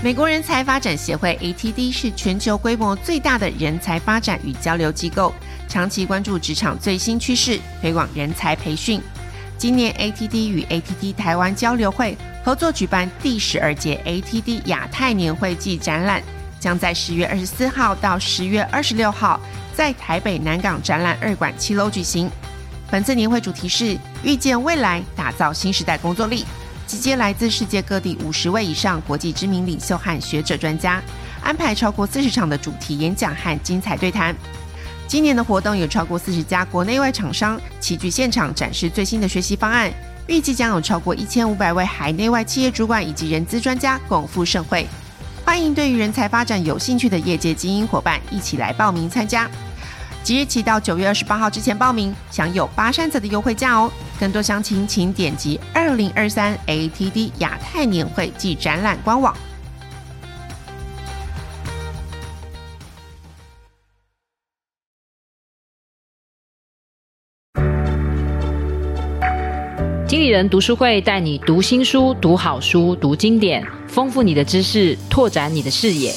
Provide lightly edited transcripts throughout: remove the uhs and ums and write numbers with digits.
美国人才发展协会 ATD 是全球规模最大的人才发展与交流机构，长期关注职场最新趋势，推广人才培训。今年 ATD 与 ATD 台湾交流会合作举办第12届 ATD 亚太年会暨展览，将在10月24号到10月26号在台北南港展览2馆7楼举行。本次年会主题是遇见未来，打造新时代工作力，集结来自世界各地50位以上国际知名领袖和学者专家，安排超过40场的主题演讲和精彩对谈。今年的活动有超过40家国内外厂商齐聚现场展示最新的学习方案，预计将有超过1500位海内外企业主管以及人资专家共赴盛会。欢迎对于人才发展有兴趣的业界精英伙伴一起来报名参加。即日起到9月28号之前报名，享有8山泽的优惠价哦。更多详情请点击2023 ATD 亚太年会暨展览官网。 经理人读书会带你读新书、读好书、读经典，丰富你的知识，拓展你的视野。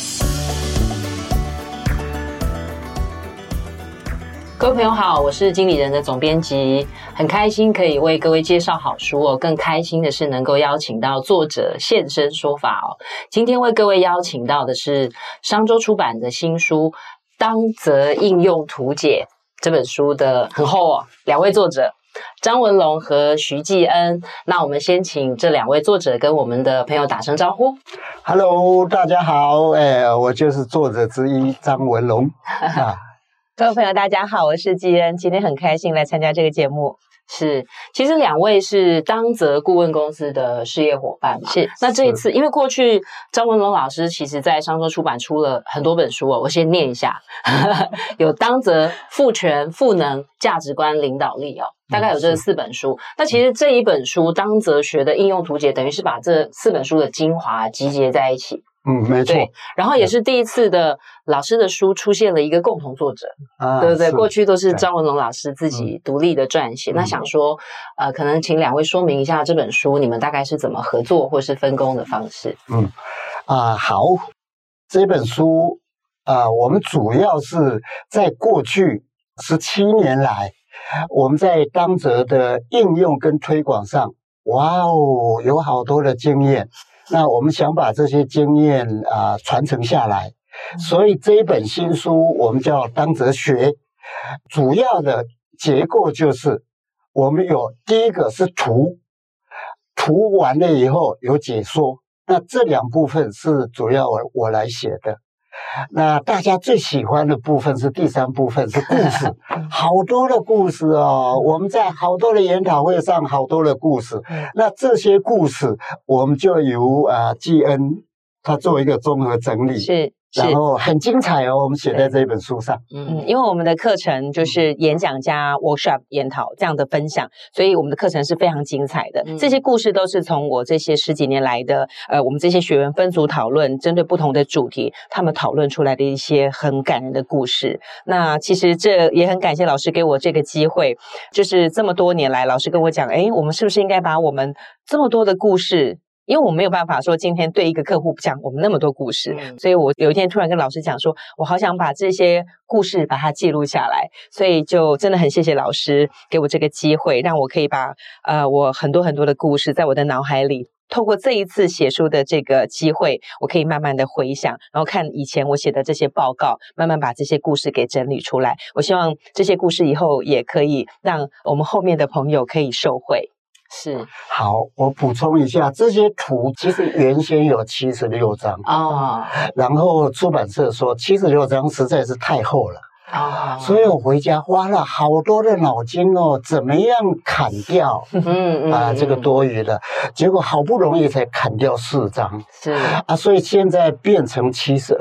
各位朋友好，我是经理人的总编辑，很开心可以为各位介绍好书哦。更开心的是能够邀请到作者现身说法哦。今天为各位邀请到的是商周出版的新书《当责应用图解》这本书的很厚哦，两位作者张文龙和徐继恩。那我们先请这两位作者跟我们的朋友打声招呼。 Hello， 大家好，我就是作者之一张文龙各位朋友大家好，我是继恩，今天很开心来参加这个节目。 是，其实两位是当责顾问公司的事业伙伴嘛？是。那这一次，因为过去张文龙老师其实在商周出版出了很多本书哦，我先念一下，有当责、赋权、赋能、价值观、领导力哦，大概有这4本书。那其实这一本书《当责学的应用图解》，等于是把这4本书的精华集结在一起。 没错。 然后也是第一次的老师的书出现了一个共同作者，对不对？过去都是张文龙老师自己独立的撰写。那想说，可能请两位说明一下这本书你们大概是怎么合作或是分工的方式。 好，这本书我们主要是在过去17年来，我们在当责的应用跟推广上，有好多的经验。那我们想把这些经验传承下来，所以这一本新书我们叫当责学，主要的结构就是我们有第一个是图完了以后有解说，那这2部分是主要我来写的。那大家最喜欢的部分是第3部分，是故事，好多的故事哦。我们在好多的研讨会上，好多的故事。那这些故事，我们就由继恩他做一个综合整理。是。然后很精彩哦，我们写在这本书上。 因为我们的课程就是演讲加 workshop 研讨这样的分享，所以我们的课程是非常精彩的。这些故事都是从我这些10几年来的我们这些学员分组讨论，针对不同的主题，他们讨论出来的一些很感人的故事。那其实这也很感谢老师给我这个机会，就是这么多年来，老师跟我讲，我们是不是应该把我们这么多的故事，因为我没有办法说今天对一个客户讲我们那么多故事，所以我有一天突然跟老师讲说，我好想把这些故事把它记录下来，所以就真的很谢谢老师给我这个机会，让我可以把我很多很多的故事在我的脑海里，透过这一次写书的这个机会，我可以慢慢的回想，然后看以前我写的这些报告，慢慢把这些故事给整理出来。我希望这些故事以后也可以让我们后面的朋友可以受惠。 是。 好，我补充一下，这些图其实原先有76张然后出版社说76张实在是太厚了所以我回家花了好多的脑筋哦，怎么样砍掉这个多余的，结果好不容易才砍掉4张， 是所以现在变成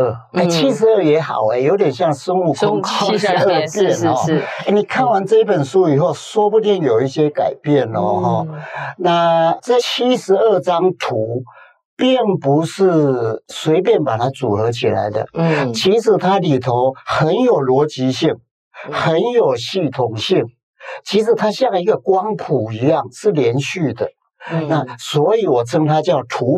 72，72也好有点像孙悟空72变是你看完这本书以后，说不定有一些改变那这72张图并不是随便把它组合起来的，其实它里头很有逻辑性，很有系统性，其实它像一个光谱一样是连续的，那所以我称它叫图谱。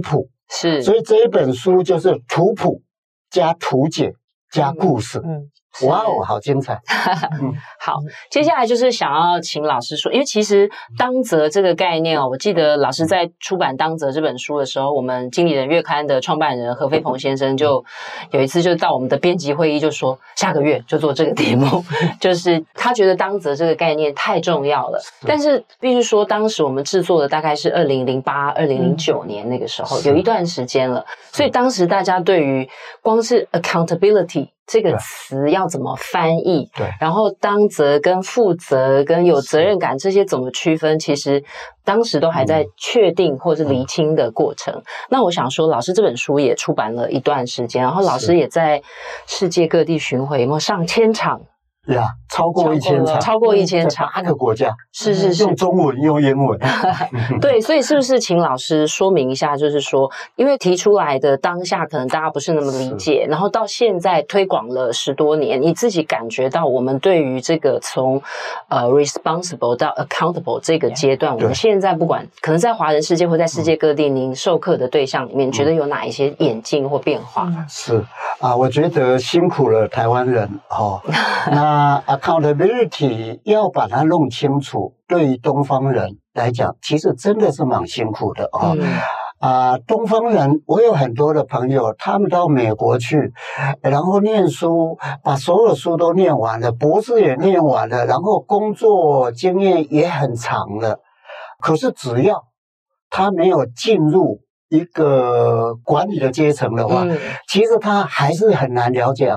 是， 所以这一本书就是图谱加图解加故事。哇哦，好精彩！ 好，接下来就是想要请老师说，因为其实当责这个概念哦，我记得老师在出版《当责》这本书的时候，我们经理人月刊的创办人何飞鹏先生就有一次就到我们的编辑会议就说，下个月就做这个题目，就是他觉得当责这个概念太重要了。但是必须说，当时我们制作的大概是2008、2009年那个时候，有一段时间了，所以当时大家对于光是 accountability这个词要怎么翻译， 对， 然后当责跟负责跟有责任感这些怎么区分，其实当时都还在确定或是厘清的过程。那我想说，老师这本书也出版了一段时间，然后老师也在世界各地巡回，有没有上千场？ 呀，超过1000场， 超过1000场 ，8个国家， 是用中文用英文， 对，所以是不是请老师说明一下，就是说，因为提出来的当下可能大家不是那么理解，然后到现在推广了10多年，你自己感觉到我们对于这个从responsible 到 accountable 这个阶段，我们现在不管可能在华人世界或在世界各地，您授课的对象里面，觉得有哪一些演进或变化？ 是啊，我觉得辛苦了台湾人哦。那 accountability 要把它弄清楚，对于东方人来讲，其实真的是蛮辛苦的哦。东方人，我有很多的朋友，他们到美国去，然后念书，把所有书都念完了，博士也念完了，然后工作经验也很长了。可是只要他没有进入一个管理的阶层的话，其实他还是很难了解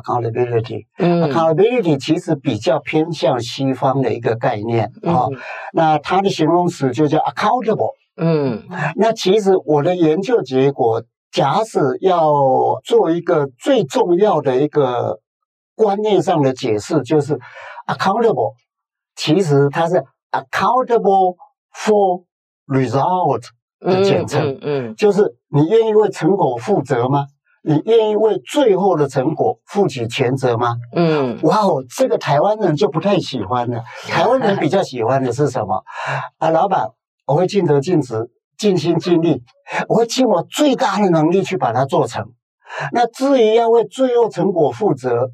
accountability。accountability 其实比较偏向西方的一个概念那它的形容词就叫 accountable。那其实我的研究结果，假使要做一个最重要的一个观念上的解释，就是 accountable， 其实它是 accountable for result。的简称，就是你愿意为成果负责吗？你愿意为最后的成果负起全责吗？哇哦，这个台湾人就不太喜欢了。台湾人比较喜欢的是什么？老板，我会尽责尽职，尽心尽力，我会尽我最大的能力去把它做成。那至于要为最后成果负责，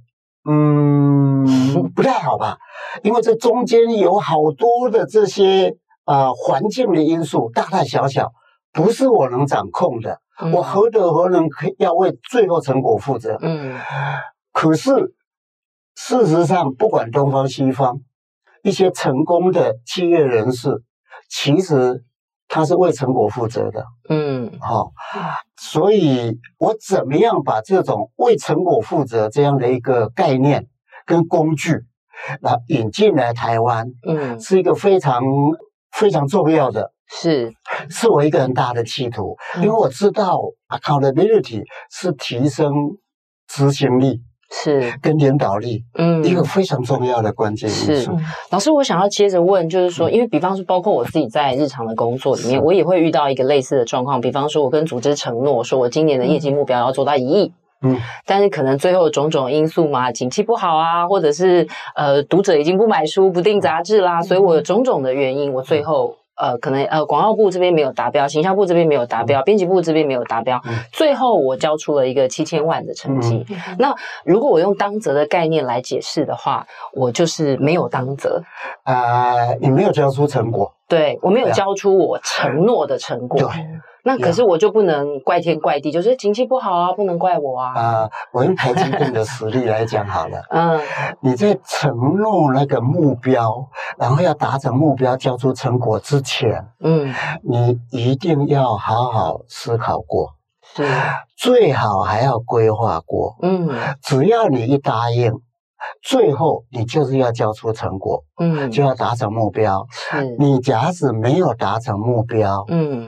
不太好吧？因为这中间有好多的这些环境的因素，大大小小。不是我能掌控的，我何德何能要为最后成果负责？可是事实上，不管东方西方，一些成功的企业人士，其实他是为成果负责的。所以我怎么样把这种为成果负责这样的一个概念跟工具，引进来台湾，是一个非常非常重要的。是我一个很大的企图，因为我知道 accountability 是提升执行力跟领导力一个非常重要的关键因素。 老师，我想要接着问，就是说，因为比方说，包括我自己在日常的工作里面，我也会遇到一个类似的状况，比方说，我跟组织承诺说我今年的业绩目标要做到1亿。但是可能最后种种因素嘛，景气不好啊，或者是读者已经不买书不订杂志啦，所以我有种种的原因，我最后可能广告部这边没有达标，行销部这边没有达标，编辑部这边没有达标，最后我交出了一个7000万的成绩。那如果我用当责的概念来解释的话，我就是没有当责。 你没有交出成果。 对，我没有交出我承诺的成果。对。那可是我就不能怪天怪地，就是景气不好啊，不能怪我啊。 我用台积电的实例来讲好了。你在承诺那个目标，然后要达成目标、交出成果之前，你一定要好好思考过，最好还要规划过。只要你一答应，最后你就是要交出成果，就要达成目标。你假使没有达成目标，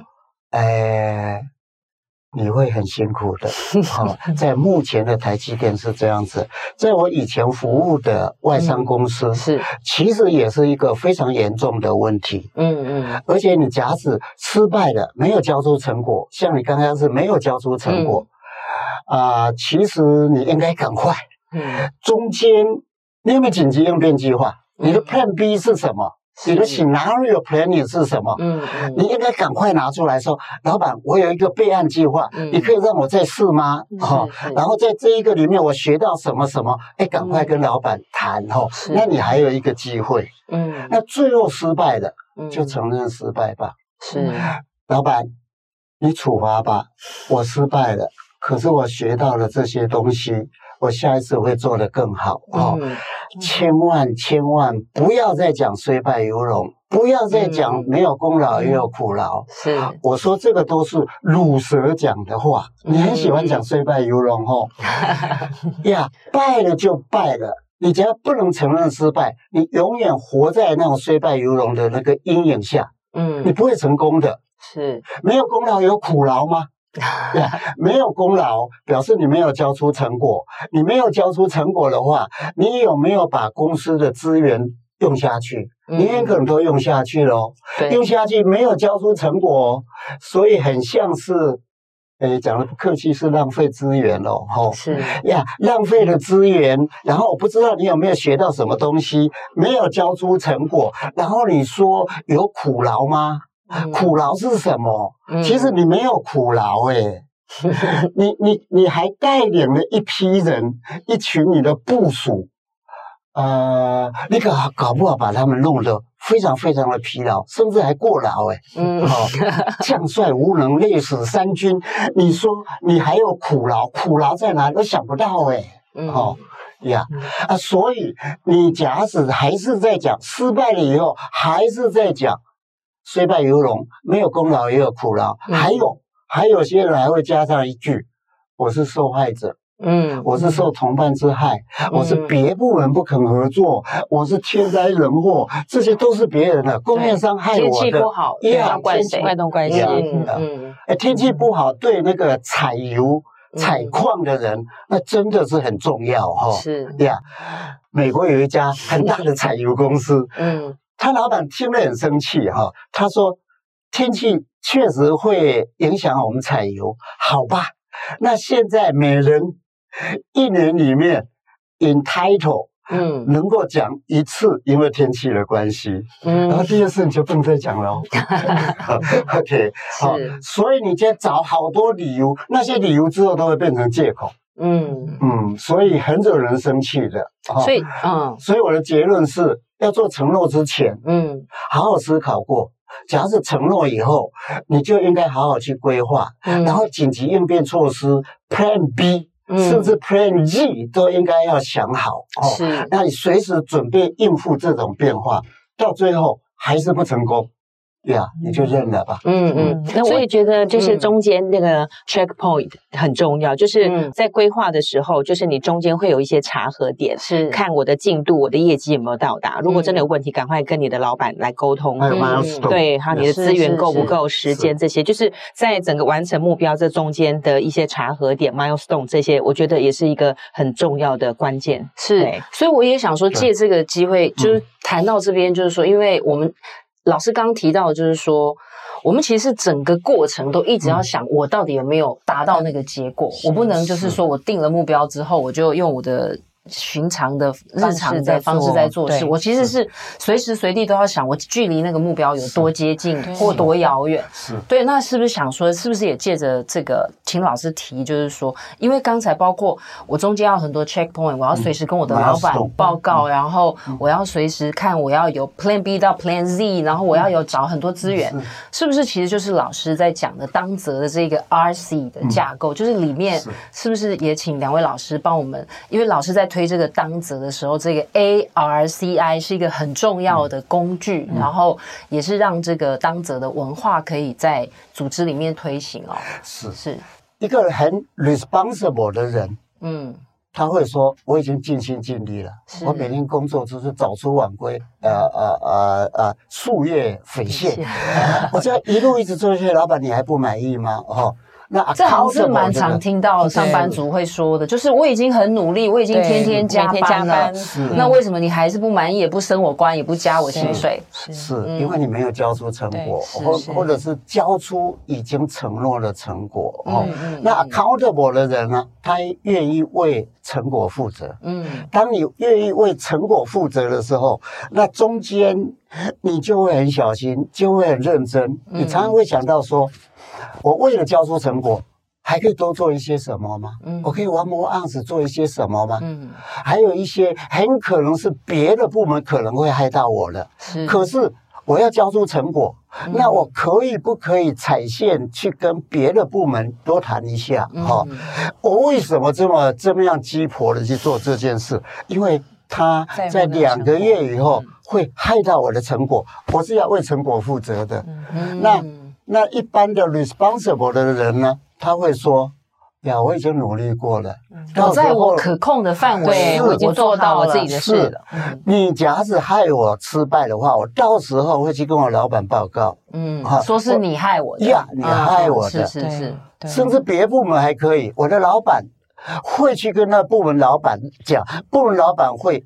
你会很辛苦的。在目前的台积电是这样子，在我以前服务的外商公司，其实也是一个非常严重的问题。而且你假使失败了，没有交出成果，像你刚刚是没有交出成果，其实你应该赶快。中间你有没有紧急应变计划？你的 Plan B 是什么？ 你的 scenario planning 是什么？你应该赶快拿出来说，老板，我有一个备案计划，你可以让我再试吗？然后在这一个里面我学到什么什么，赶快跟老板谈那你还有一个机会。那最后失败的就承认失败吧。 是， 老板，你处罚吧，我失败了，可是我学到了这些东西，我下一次会做得更好千万千万不要再讲虽败犹荣，不要再讲没有功劳也有苦劳。 是， 我说这个都是乳蛇讲的话。你很喜欢讲虽败犹荣呀，败了就败了。你只要不能承认失败，你永远活在那种虽败犹荣的那个阴影下，你不会成功的。 是， 没有功劳有苦劳吗？没有功劳表示你没有交出成果，你没有交出成果的话，你有没有把公司的资源用下去？你很可能都用下去了用下去没有交出成果所以很像是讲的不客气是浪费资源是呀，浪费了资源，然后我不知道你有没有学到什么东西，没有交出成果，然后你说有苦劳吗？苦劳是什么？其实你没有苦劳你还带领了一批人，一群你的部属，你搞不好把他们弄得非常非常的疲劳，甚至还过劳将帅无能，累死三军。你说你还有苦劳，苦劳在哪都想不到所以你假使还是在讲失败了以后，还是在讲虽败犹荣，没有功劳也有苦劳。还有些人还会加上一句：我是受害者。我是受同伴之害，我是别部门不肯合作，我是天灾人祸，这些都是别人的，供应商害我的。 天气不好，要怪谁？ 怪东怪西。 天气不好对那个采油、采矿的人，那真的是很重要是呀。美国有一家很大的采油公司，他老板听了很生气他说天气确实会影响我们采油，好吧？那现在每人一年里面 entitle 能够讲一次，因为天气的关系，然后第二次你就不能再讲了OK 好，所以你就找好多理由，那些理由之后都会变成借口。所以很惹人生气的。所以我的结论是要做承诺之前好好思考过，假设承诺以后，你就应该好好去规划，然后紧急应变措施 Plan B，甚至 Plan G 都应该要想好那你随时准备应付这种变化，到最后还是不成功你就认了吧。 那我也觉得就是中间那个 checkpoint 很重要，就是在规划的时候，就是你中间会有一些查核点，是看我的进度，我的业绩有没有到达。如果真的有问题，赶快跟你的老板来沟通。对，还有你的资源够不够，时间这些，就是在整个完成目标这中间的一些查核点 milestone 这些，我觉得也是一个很重要的关键。 是，所以我也想说，借这个机会，就是谈到这边，就是说，因为我们老师刚提到，就是说，我们其实整个过程都一直要想，我到底有没有达到那个结果？我不能就是说我定了目标之后，我就用我的寻常的日常的方式在做事。我其实是随时随地都要想，我距离那个目标有多接近或多遥远。对，那是不是想说，是不是也借着这个，请老师提，就是说，因为刚才包括我中间要很多 checkpoint， 我要随时跟我的老板报告，然后我要随时看，我要有 Plan B 到 Plan Z， 然后我要有找很多资源，是不是其实就是老师在讲的当责的这个 RC 的架构，就是里面是不是也请两位老师帮我们，因为老师在推这个当责的时候，这个 ARCI 是一个很重要的工具，然后也是让这个当责的文化可以在组织里面推行是一个很 responsible 的人，他会说我已经尽心尽力了，我每天工作就是早出晚归，夙夜匪懈，我这样一路一直做下去，老板你还不满意吗？那这好像是蛮常听到上班族会说的，就是我已经很努力，我已经天天加班了，那为什么你还是不满意，也不升我官，也不加我薪水？ 是因为你没有交出成果，或者是交出已经承诺的成果那 accountable 的人呢， 他愿意为成果负责。当你愿意为成果负责的时候，那中间你就会很小心，就会很认真。你常常会想到说，我为了交出成果，还可以多做一些什么吗？我可以one more ounce做一些什么吗？还有一些很可能是别的部门可能会害到我的，可是我要交出成果，那我不可以踩线去跟别的部门多谈一下？我为什么这么样鸡婆的去做这件事？因为他在2个月以后会害到我的成果，我是要为成果负责的。那一般的 responsible 的人呢，他会说，呀，我已经努力过了， 我在我可控的范围，我已经做到我自己的事了。 你假使害我失败的话，我到时候会去跟我老板报告， 说是你害我的呀，你害我的， 是， 甚至别部门还可以，我的老板会去跟那部门老板讲，部门老板会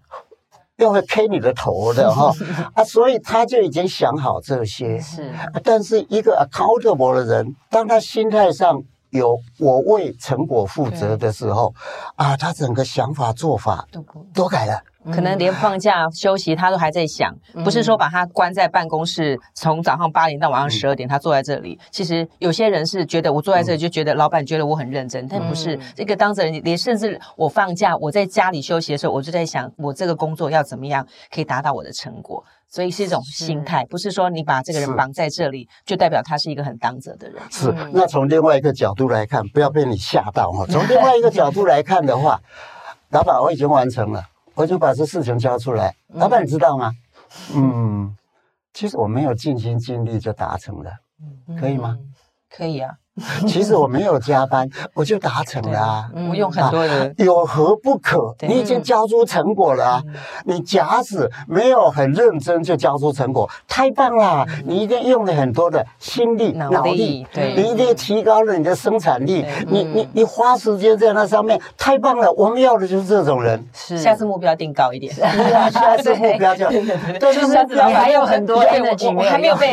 K 你的头的所以他就已经想好这些。但是一个 accountable 的人，当他心态上有我为成果负责的时候他整个想法做法都改了。 可能连放假休息他都还在想，不是说把他关在办公室，从早上8点到晚上12点他坐在这里。其实有些人是觉得我坐在这里就觉得老板觉得我很认真，但不是。这个当着人，连甚至我放假我在家里休息的时候，我就在想我这个工作要怎么样可以达到我的成果。所以是一种心态，不是说你把这个人绑在这里就代表他是一个很当责的人。 是，那从另外一个角度来看，不要被你吓到从另外一个角度来看的话，老板我已经完成了，我已经把这事情交出来。老板你知道吗？其实我没有尽心尽力就达成了，可以吗？ 可以啊。 其实我没有加班，我就达成了我用很多的有何不可？你已经交出成果了你假使没有很认真就交出成果，太棒了！你一定用了很多的心力、脑力，你一定提高了你的生产力。你花时间在那上面，太棒了！我们要的就是这种人。 下次目标定高一点。 下次目标就，但是你还有很多 energy 我还没有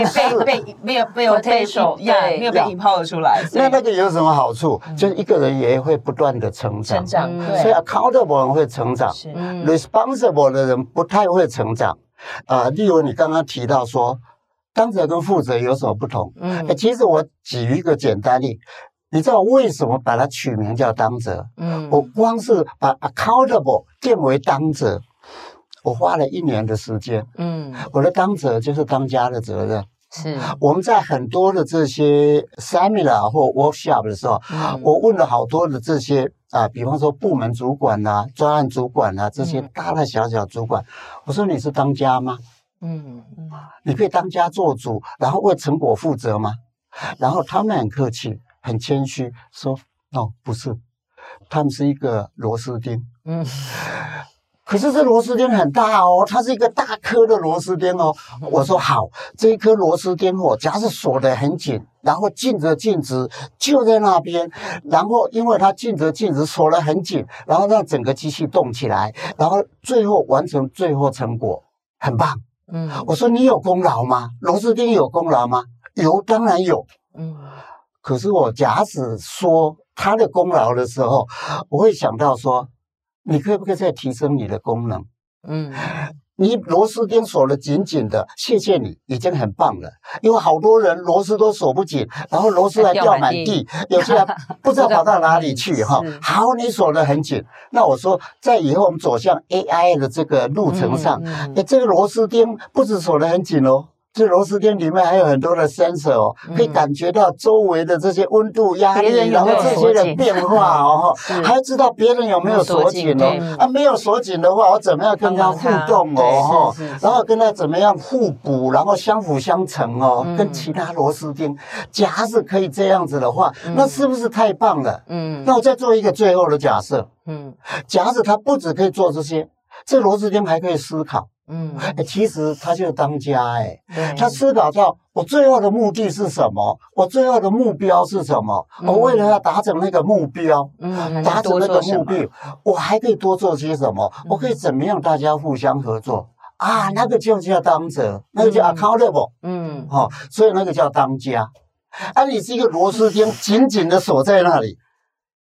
被引爆出来。 那个有什么好处？就是一个人也会不断的成长，所以 accountable 人会成长，responsible 的人不太会成长。例如你刚刚提到说，当责跟负责有什么不同？其实我举一个简单例，你知道为什么把它取名叫当责？我光是把 accountable 定为当责，我花了1年的时间。我的当责就是当家的责任。我们在很多的这些 seminar 或 workshop 的时候，我问了好多的这些比方说部门主管专案主管这些大大小小主管，我说你是当家吗？你可以当家做主，然后为成果负责吗？然后他们很客气很谦虚说不是，他们是一个螺丝钉。可是这螺丝钉很大它是一个大颗的螺丝钉我说好，这一颗螺丝钉假设锁得很紧，然后镜子就在那边，然后因为它镜子锁得很紧，然后让整个机器动起来，然后最后完成最后成果，很棒。我说你有功劳吗？螺丝钉有功劳吗？有，当然有。可是我假使说他的功劳的时候，我会想到说，你可不可以再提升你的功能？你螺丝钉锁得紧紧的，谢谢你，已经很棒了。因为好多人螺丝都锁不紧，然后螺丝还掉满地，有些人不知道跑到哪里去好，你锁得很紧。那我说，在以后我们走向 AI 的这个路程上，这个螺丝钉不止锁得很紧这螺丝钉里面还有很多的 sensor 可以感觉到周围的这些温度、压力，然后这些的变化还知道别人有没有锁紧没有锁紧的话，我怎么样跟他互动然后跟他怎么样互补，然后相辅相成跟其他螺丝钉，假使可以这样子的话，那是不是太棒了？那我再做一个最后的假设，假使他不只可以做这些，这螺丝钉还可以思考。其实他就是当家他思考到我最后的目的是什么，我最后的目标是什么，我为了要达成那个目标，达成那个目标，我还可以多做些什么，我可以怎么样大家互相合作那个就叫当责，那个叫 accountable，所以那个叫当家。你是一个螺丝钉紧紧的锁在那里，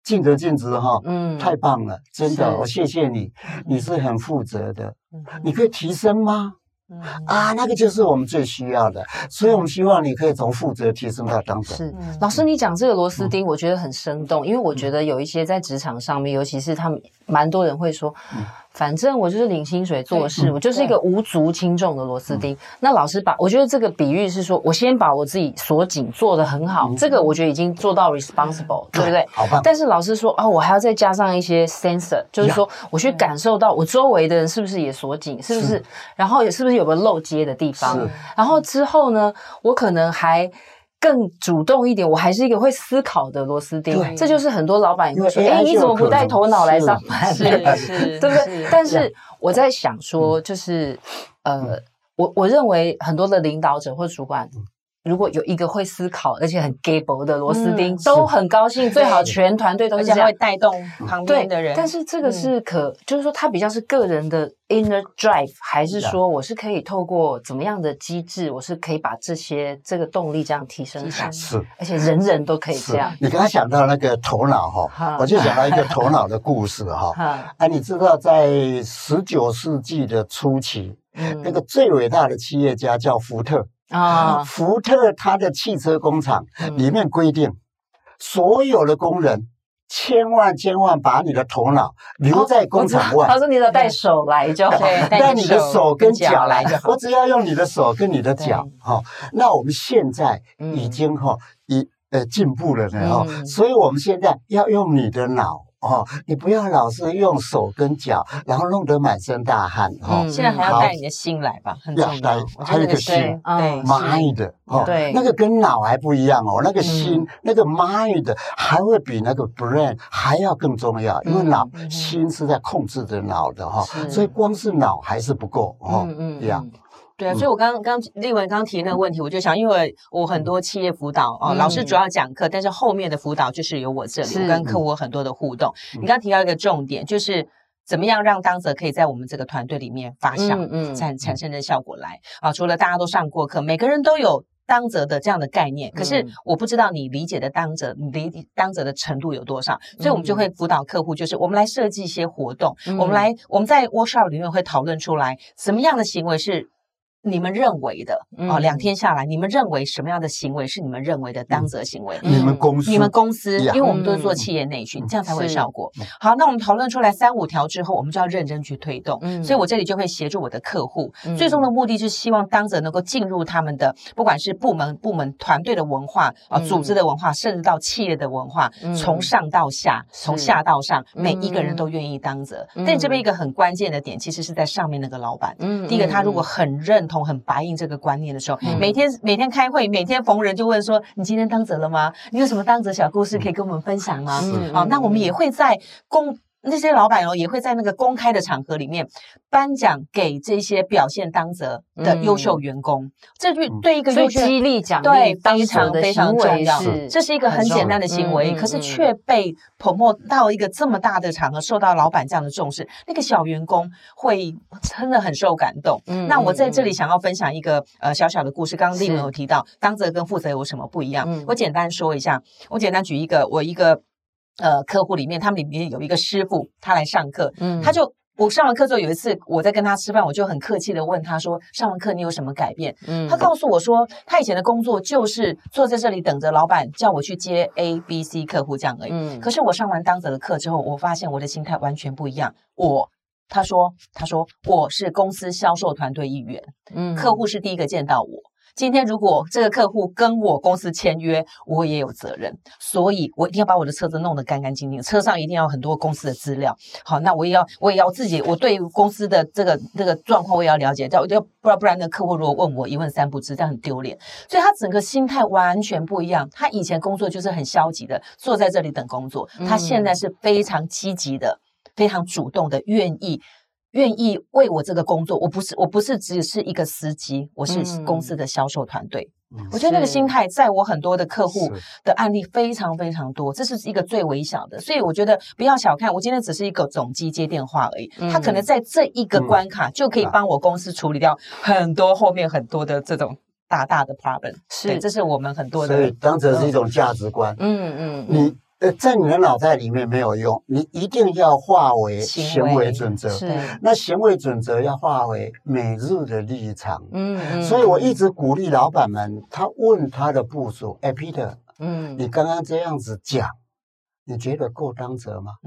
尽责尽职哈，太棒了，真的， 是我谢谢你，你是很负责的，你可以提升吗？那个就是我们最需要的，所以我们希望你可以从负责提升到当责。 是，老师，你讲这个螺丝钉，我觉得很生动，因为我觉得有一些在职场上面，尤其是他们蛮多人会说，反正我就是领薪水做事，我就是一个无足轻重的螺丝钉。那老师我觉得这个比喻是说，我先把我自己锁紧做得很好，这个我觉得已经做到 responsible，对不对？ 好棒。 但是老师说我还要再加上一些 sensor， 就是说我去感受到我周围的人是不是也锁紧，是不是？然后也是不是有个漏接的地方？然后之后呢，我可能还更主动一点，我还是一个会思考的螺丝钉。这就是很多老板也会说，你怎么不带头脑来上班？ 是， 对不对？但是我在想说，就是我认为很多的领导者或主管，如果有一个会思考而且很 gable 的螺丝钉，都很高兴，最好全团队都是这样， 会带动旁边的人。 但是这个是就是说它比较是个人的 inner drive， 还是说我是可以透过怎么样的机制，我是可以把这个动力这样提升上去， 是， 而且人人都可以这样。 你刚刚想到那个头脑哈，我就想到一个头脑的故事哈。你知道在19世纪的初期，那个最伟大的企业家叫福特。福特他的汽车工厂里面规定，所有的工人千万把你的头脑留在工厂外。 他说你只要带手来就好， 带你的手跟脚来就好。我只要用你的手跟你的脚。那我们现在已经进步了呢，所以我们现在要用你的脑。你不要老是用手跟脚，然后弄得满身大汗。 现在还要带你的心来吧，很重要。 还有一个心， 对 ，mind， 对， 那个跟脑还不一样那个心，那个 mind 还会比那个 brain 还要更重要，因为心是在控制着脑的所以光是脑还是不够这样。 对啊，所以我刚立文刚提那个问题，我就想，因为我很多企业辅导老师主要讲课，但是后面的辅导就是由我这里，我跟客户有很多的互动。你刚提到一个重点，就是怎么样让当责可以在我们这个团队里面发酵，产生的效果来除了大家都上过课，每个人都有当责的这样的概念，可是我不知道你理解的当责，你当责的程度有多少，所以我们就会辅导客户，就是我们来设计一些活动，我们在 workshop 里面会讨论出来什么样的行为是你们认为的2天下来，你们认为什么样的行为是你们认为的当责行为？ 你们公司， 因为我们都是做企业内训，这样才会有效果。好，那我们讨论出来3-5条之后，我们就要认真去推动。所以我这里就会协助我的客户，最终的目的是希望当责能够进入他们的，不管是部门团队的文化组织的文化，甚至到企业的文化，从上到下，从下到上，每一个人都愿意当责。但这边一个很关键的点，其实是在上面那个老板。第一个，他如果很认同、很buy in这个观念的时候，每天开会，每天逢人就问说：“你今天当责了吗？你有什么当责小故事可以跟我们分享吗？”那我们也会在那些老板也会在那个公开的场合里面颁奖给这些表现当责的优秀员工。这就对一个优秀激励奖励， 对，非常非常重要。这是一个很简单的行为，可是却被promote到一个这么大的场合，受到老板这样的重视，那个小员工会真的很受感动。那我在这里想要分享一个小小的故事。刚刚立文有提到当责跟负责有什么不一样，我简单说一下。我简单举一个客户里面，他们里面有一个师傅，他来上课，我上完课之后，有一次我在跟他吃饭，我就很客气的问他说：“上完课你有什么改变？”他告诉我说，他以前的工作就是坐在这里等着老板叫我去接 A、B、C 客户这样而已。可是我上完当责的课之后，我发现我的心态完全不一样。他说我是公司销售团队一员，客户是第一个见到我。今天如果这个客户跟我公司签约，我也有责任，所以我一定要把我的车子弄得干干净净，车上一定要有很多公司的资料。好，那我也要自己，我对公司的这个状况我也要了解，不然呢，客户如果问我一问三不知，这样很丢脸。所以他整个心态完全不一样。他以前工作就是很消极的，坐在这里等工作，他现在是非常积极的，非常主动的，愿意为我这个工作，我不是只是一个司机，我是公司的销售团队。我觉得那个心态在我很多的客户的案例非常非常多，这是一个最微小的，所以我觉得不要小看，我今天只是一个总机接电话而已，他可能在这一个关卡就可以帮我公司处理掉很多后面很多的这种大的 problem。对，这是我们很多的。 所以当责是一种价值观。 在你的脑袋里面没有用，你一定要化为行为准则。 是， 那行为准则要化为每日的立场。所以我一直鼓励老板们，他问他的部属，Peter，你刚刚这样子讲，你觉得够当责吗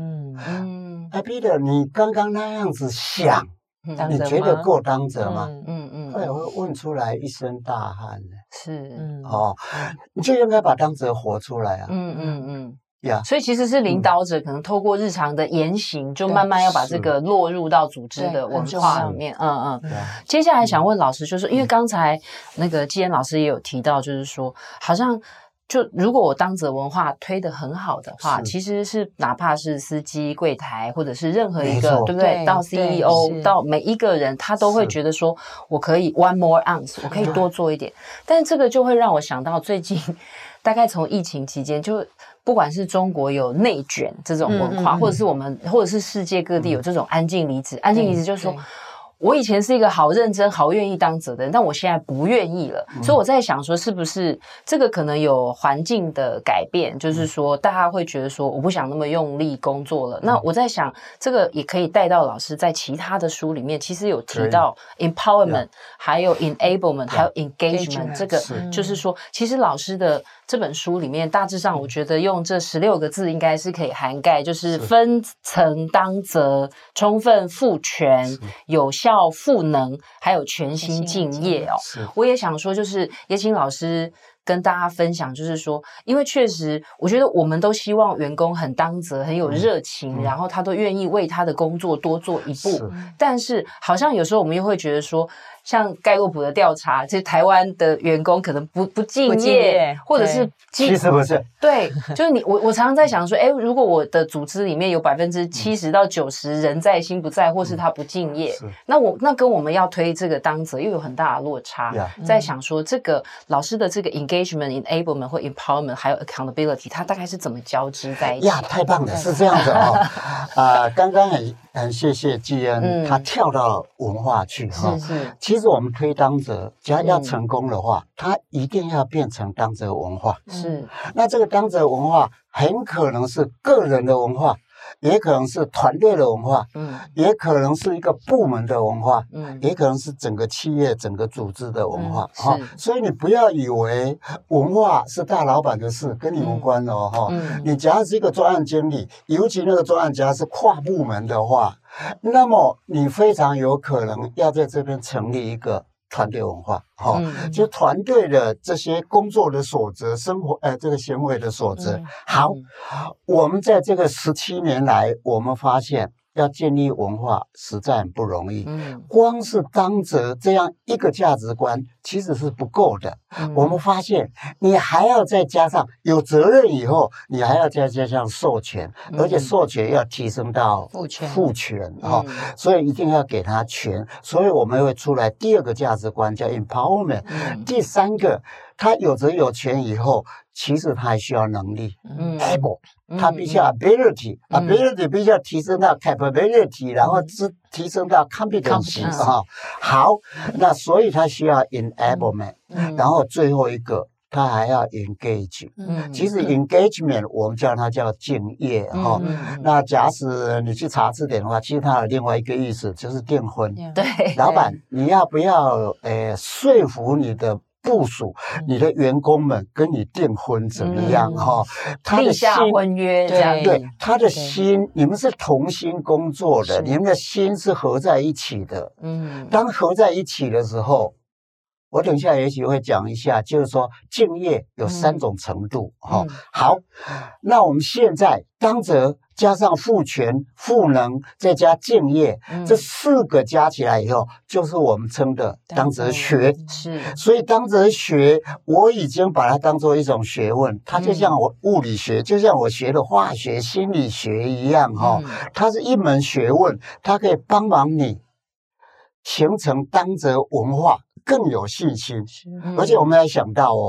？Peter，你刚刚那样子想，你觉得够当责吗？后来会问出来一身大汗。 是， 你就应该把当责活出来啊。 所以其实是领导者可能透过日常的言行，就慢慢要把这个落入到组织的文化里面。接下来想问老师，就是因为刚才那个基恩老师也有提到，就是说好像就如果我当责文化推得很好的话，其实是哪怕是司机、柜台，或者是任何一个，对不对？到 CEO 到每一个人，他都会觉得说我可以 one more ounce， 我可以多做一点。但这个就会让我想到最近大概从疫情期间，就不管是中国有内卷这种文化，或者是我们，或者是世界各地有这种安静离职。安静离职就是说，我以前是一个好认真、好愿意当责的人，但我现在不愿意了。所以我在想说，是不是这个可能有环境的改变，就是说大家会觉得说，我不想那么用力工作了。那我在想，这个也可以带到老师在其他的书里面，其实有提到 empowerment， 还有 enablement， 还有 engagement。这个就是说，其实老师的这本书里面，大致上我觉得用这16个字应该是可以涵盖，就是分层当责、充分赋权、有效赋能，还有全心敬业哦。我也想说，就是也请老师跟大家分享，就是说，因为确实我觉得我们都希望员工很当责、很有热情，然后他都愿意为他的工作多做一步。但是好像有时候我们又会觉得说，像盖洛普的调查，其实台湾的员工可能不敬业，或者是其实不是， 对，就是我常常在想说，如果我的组织里面有70%到90%人在心不在，或是他不敬业，那跟我们要推这个当责又有很大的落差。在想说，这个老师的这个 engagement、enablement 或 empowerment 还有 accountability， 它大概是怎么交织在一起？ 太棒了，是这样子刚刚很谢谢季恩，他跳到文化去其实我们推当责，只要成功的话，它一定要变成当责文化。那这个当责文化很可能是个人的文化，也可能是团队的文化，也可能是一个部门的文化，也可能是整个企业、整个组织的文化。所以你不要以为文化是大老板的事，跟你无关你假如是一个专案经理，尤其那个专案假如是跨部门的话，那么你非常有可能要在这边成立一个团队文化，就团队的这些工作的守则、生活这个行为的守则。好，我们在这个17年来，我们发现要建立文化实在很不容易。光是当责这样一个价值观其实是不够的。我们发现你还要再加上有责任以后，你还要再加上授权，而且授权要提升到赋权所以一定要给他权。所以我们会出来第2个价值观叫 empowerment。第3个，他有责有权以后，其实他还需要能力，able， 他必须要 ability，ability 必须要提升到 capability， 然后提升到 competence 好，那所以他需要 enablement，然后最后一个他还要 engage。其实 engagement 我们叫它叫敬业那假使你去查字典的话，其实它有另外一个意思，就是订婚。 对， 老板你要不要说服你的部属，你的员工们跟你订婚怎么样他的心立下婚约这样， 对，他的心，你们是同心工作的，你们的心是合在一起的。当合在一起的时候，我等一下也许会讲一下，就是说敬业有3种程度好，那我们现在当责加上赋权、赋能，再加敬业，这4个加起来以后，就是我们称的当责学。所以当责学，我已经把它当作一种学问，它就像我物理学，就像我学的化学、心理学一样它是一门学问，它可以帮忙你形成当责文化，更有信心。而且我们还想到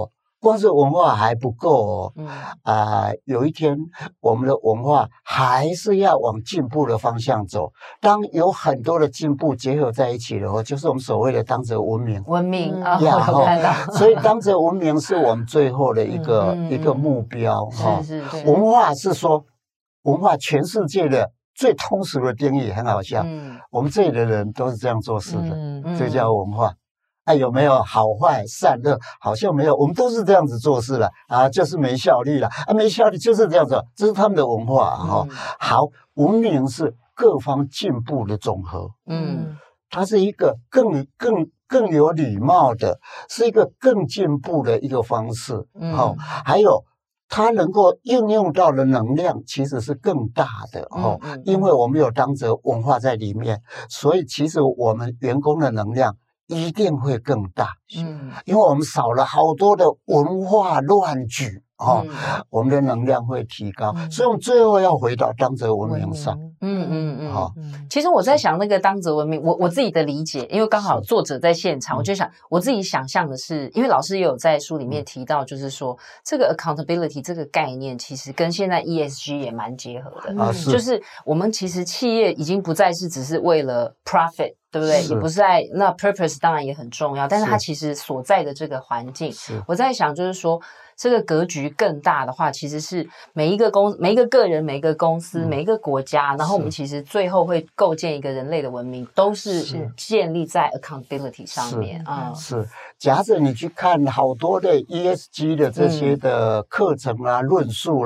光是文化还不够有一天我们的文化还是要往进步的方向走。当有很多的进步结合在一起的话，就是我们所谓的当责文明。 文明我有看到。 所以当责文明是我们最后的一个目标是。 文化是说，文化全世界的最通俗的定义很好笑，我们这里的人都是这样做事的，这叫文化。有没有好坏善恶？好像没有，我们都是这样子做事了就是没效率了没效率就是这样子，这是他们的文化好，文明是各方进步的总和，它是一个更有礼貌的，是一个更进步的一个方式，还有它能够应用到的能量其实是更大的因为我们有当责文化在里面，所以其实我们员工的能量一定会更大，因为我们少了好多的文化乱举我们的能量会提高，所以我们最后要回到当责文明上。 其实我在想那个当责文明，我自己的理解，因为刚好作者在现场，我就想我自己想象的是，因为老师也有在书里面提到，就是说这个 accountability 这个概念，其实跟现在 ESG 也蛮结合的，就是我们其实企业已经不再是只是为了 profit。对不对？也不是在那 purpose 当然也很重要，但是它其实所在的这个环境，我在想就是说这个格局更大的话，其实是每一个个人、每一个公司、每一个国家，然后我们其实最后会构建一个人类的文明，都是建立在 accountability 上面是。假设你去看好多的 ESG 的这些的课程论述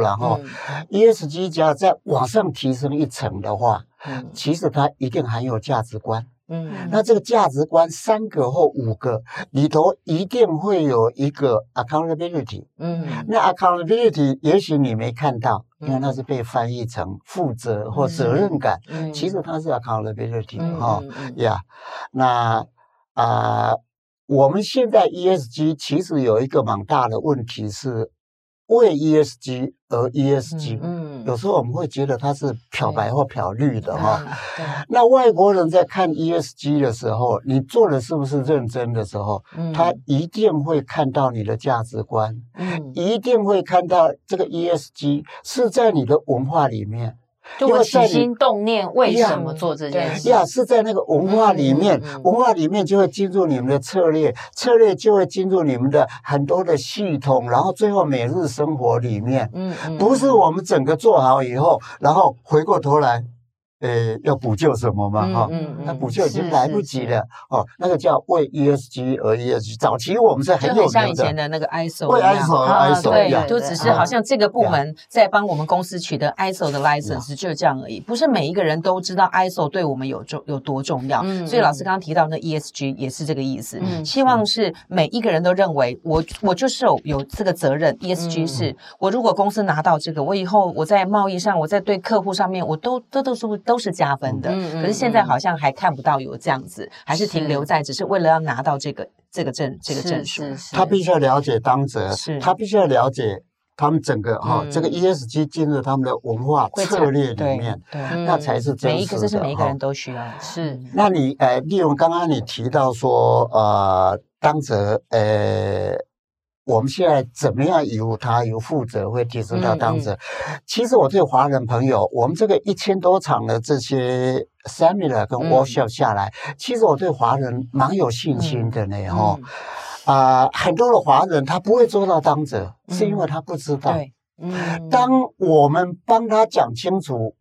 ESG 假如再往上提升一层的话，其实它一定含有价值观。那这个价值观3个或5个里头一定会有一个 accountability。那 accountability 也许你没看到，因为它是被翻译成负责或责任感，其实它是 accountability。那我们现在 ESG 其实有一个蛮大的问题是为 ESG 而 ESG，有时候我们会觉得它是漂白或漂绿的那外国人在看 ESG 的时候，你做的是不是认真的时候，他一定会看到你的价值观，一定会看到这个 ESG 是在你的文化里面。 就我起心动念为什么做这件事是在那个文化里面，文化里面就会进入你们的策略，策略就会进入你们的很多的系统，然后最后每日生活里面，不是我们整个做好以后，然后回过头来要补救什么嘛那补救已经来不及了那个叫为 ESG 而 ESG。早期我们是很有名的，就很像以前的那个 ISO， 为 ISO 对，就只是好像这个部门在帮我们公司取得 ISO 的 license， 就是这样而已，不是每一个人都知道 ISO 对我们有多重要。所以老师刚刚提到那 ESG 也是这个意思，希望是每一个人都认为我就是有这个责任。ESG 是我如果公司拿到这个，我以后我在贸易上，我在对客户上面，我都是加分的，可是现在好像还看不到有这样子，还是停留在只是为了要拿到这个证书。 他必须要了解当责，他必须要了解他们整个这个 ESG 进入他们的文化策略里面，那才是真实的。 这是每一个人都需要的。 是。 那你利用刚刚你提到说当责我们现在怎么样由负责会提升到当责？其实我对华人朋友，我们这个1000多场的这些 seminar 跟 workshop 下来，其实我对华人蛮有信心的呢很多的华人他不会做到当责，是因为他不知道。当我们帮他讲清楚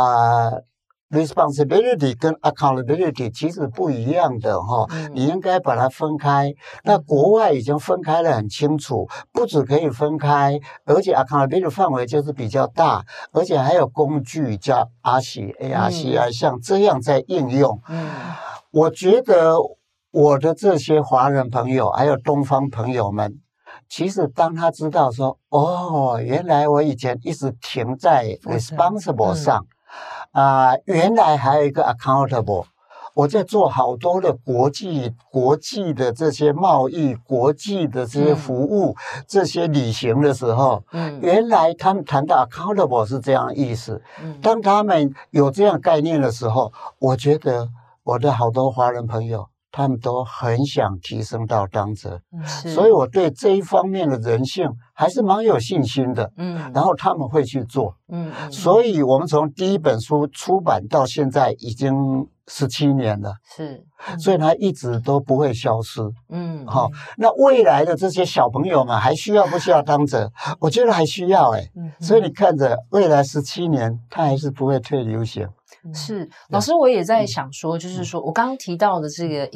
responsibility 跟 accountability 其实不一样的你应该把它分开。那国外已经分开得很清楚，不只可以分开，而且 accountability 范围就是比较大，而且还有工具叫 ARCI 像这样在应用。我觉得我的这些华人朋友还有东方朋友们，其实当他知道说原来我以前一直停在 responsible 上原来还有一个 accountable， 我在做好多的国际的这些贸易，国际的这些服务，这些旅行的时候，原来他们谈到 accountable 是这样的意思。当他们有这样概念的时候，我觉得我的好多华人朋友他们都很想提升到当责， 是所以我对这一方面的人性还是蛮有信心的。然后他们会去做，所以我们从第一本书出版到现在已经17年了， 是， 所以它一直都不会消失。那未来的这些小朋友们还需要不需要当责？我觉得还需要所以你看着未来17年，它还是不会退流行。 是，老师，我也在想说，就是说我刚刚提到的这个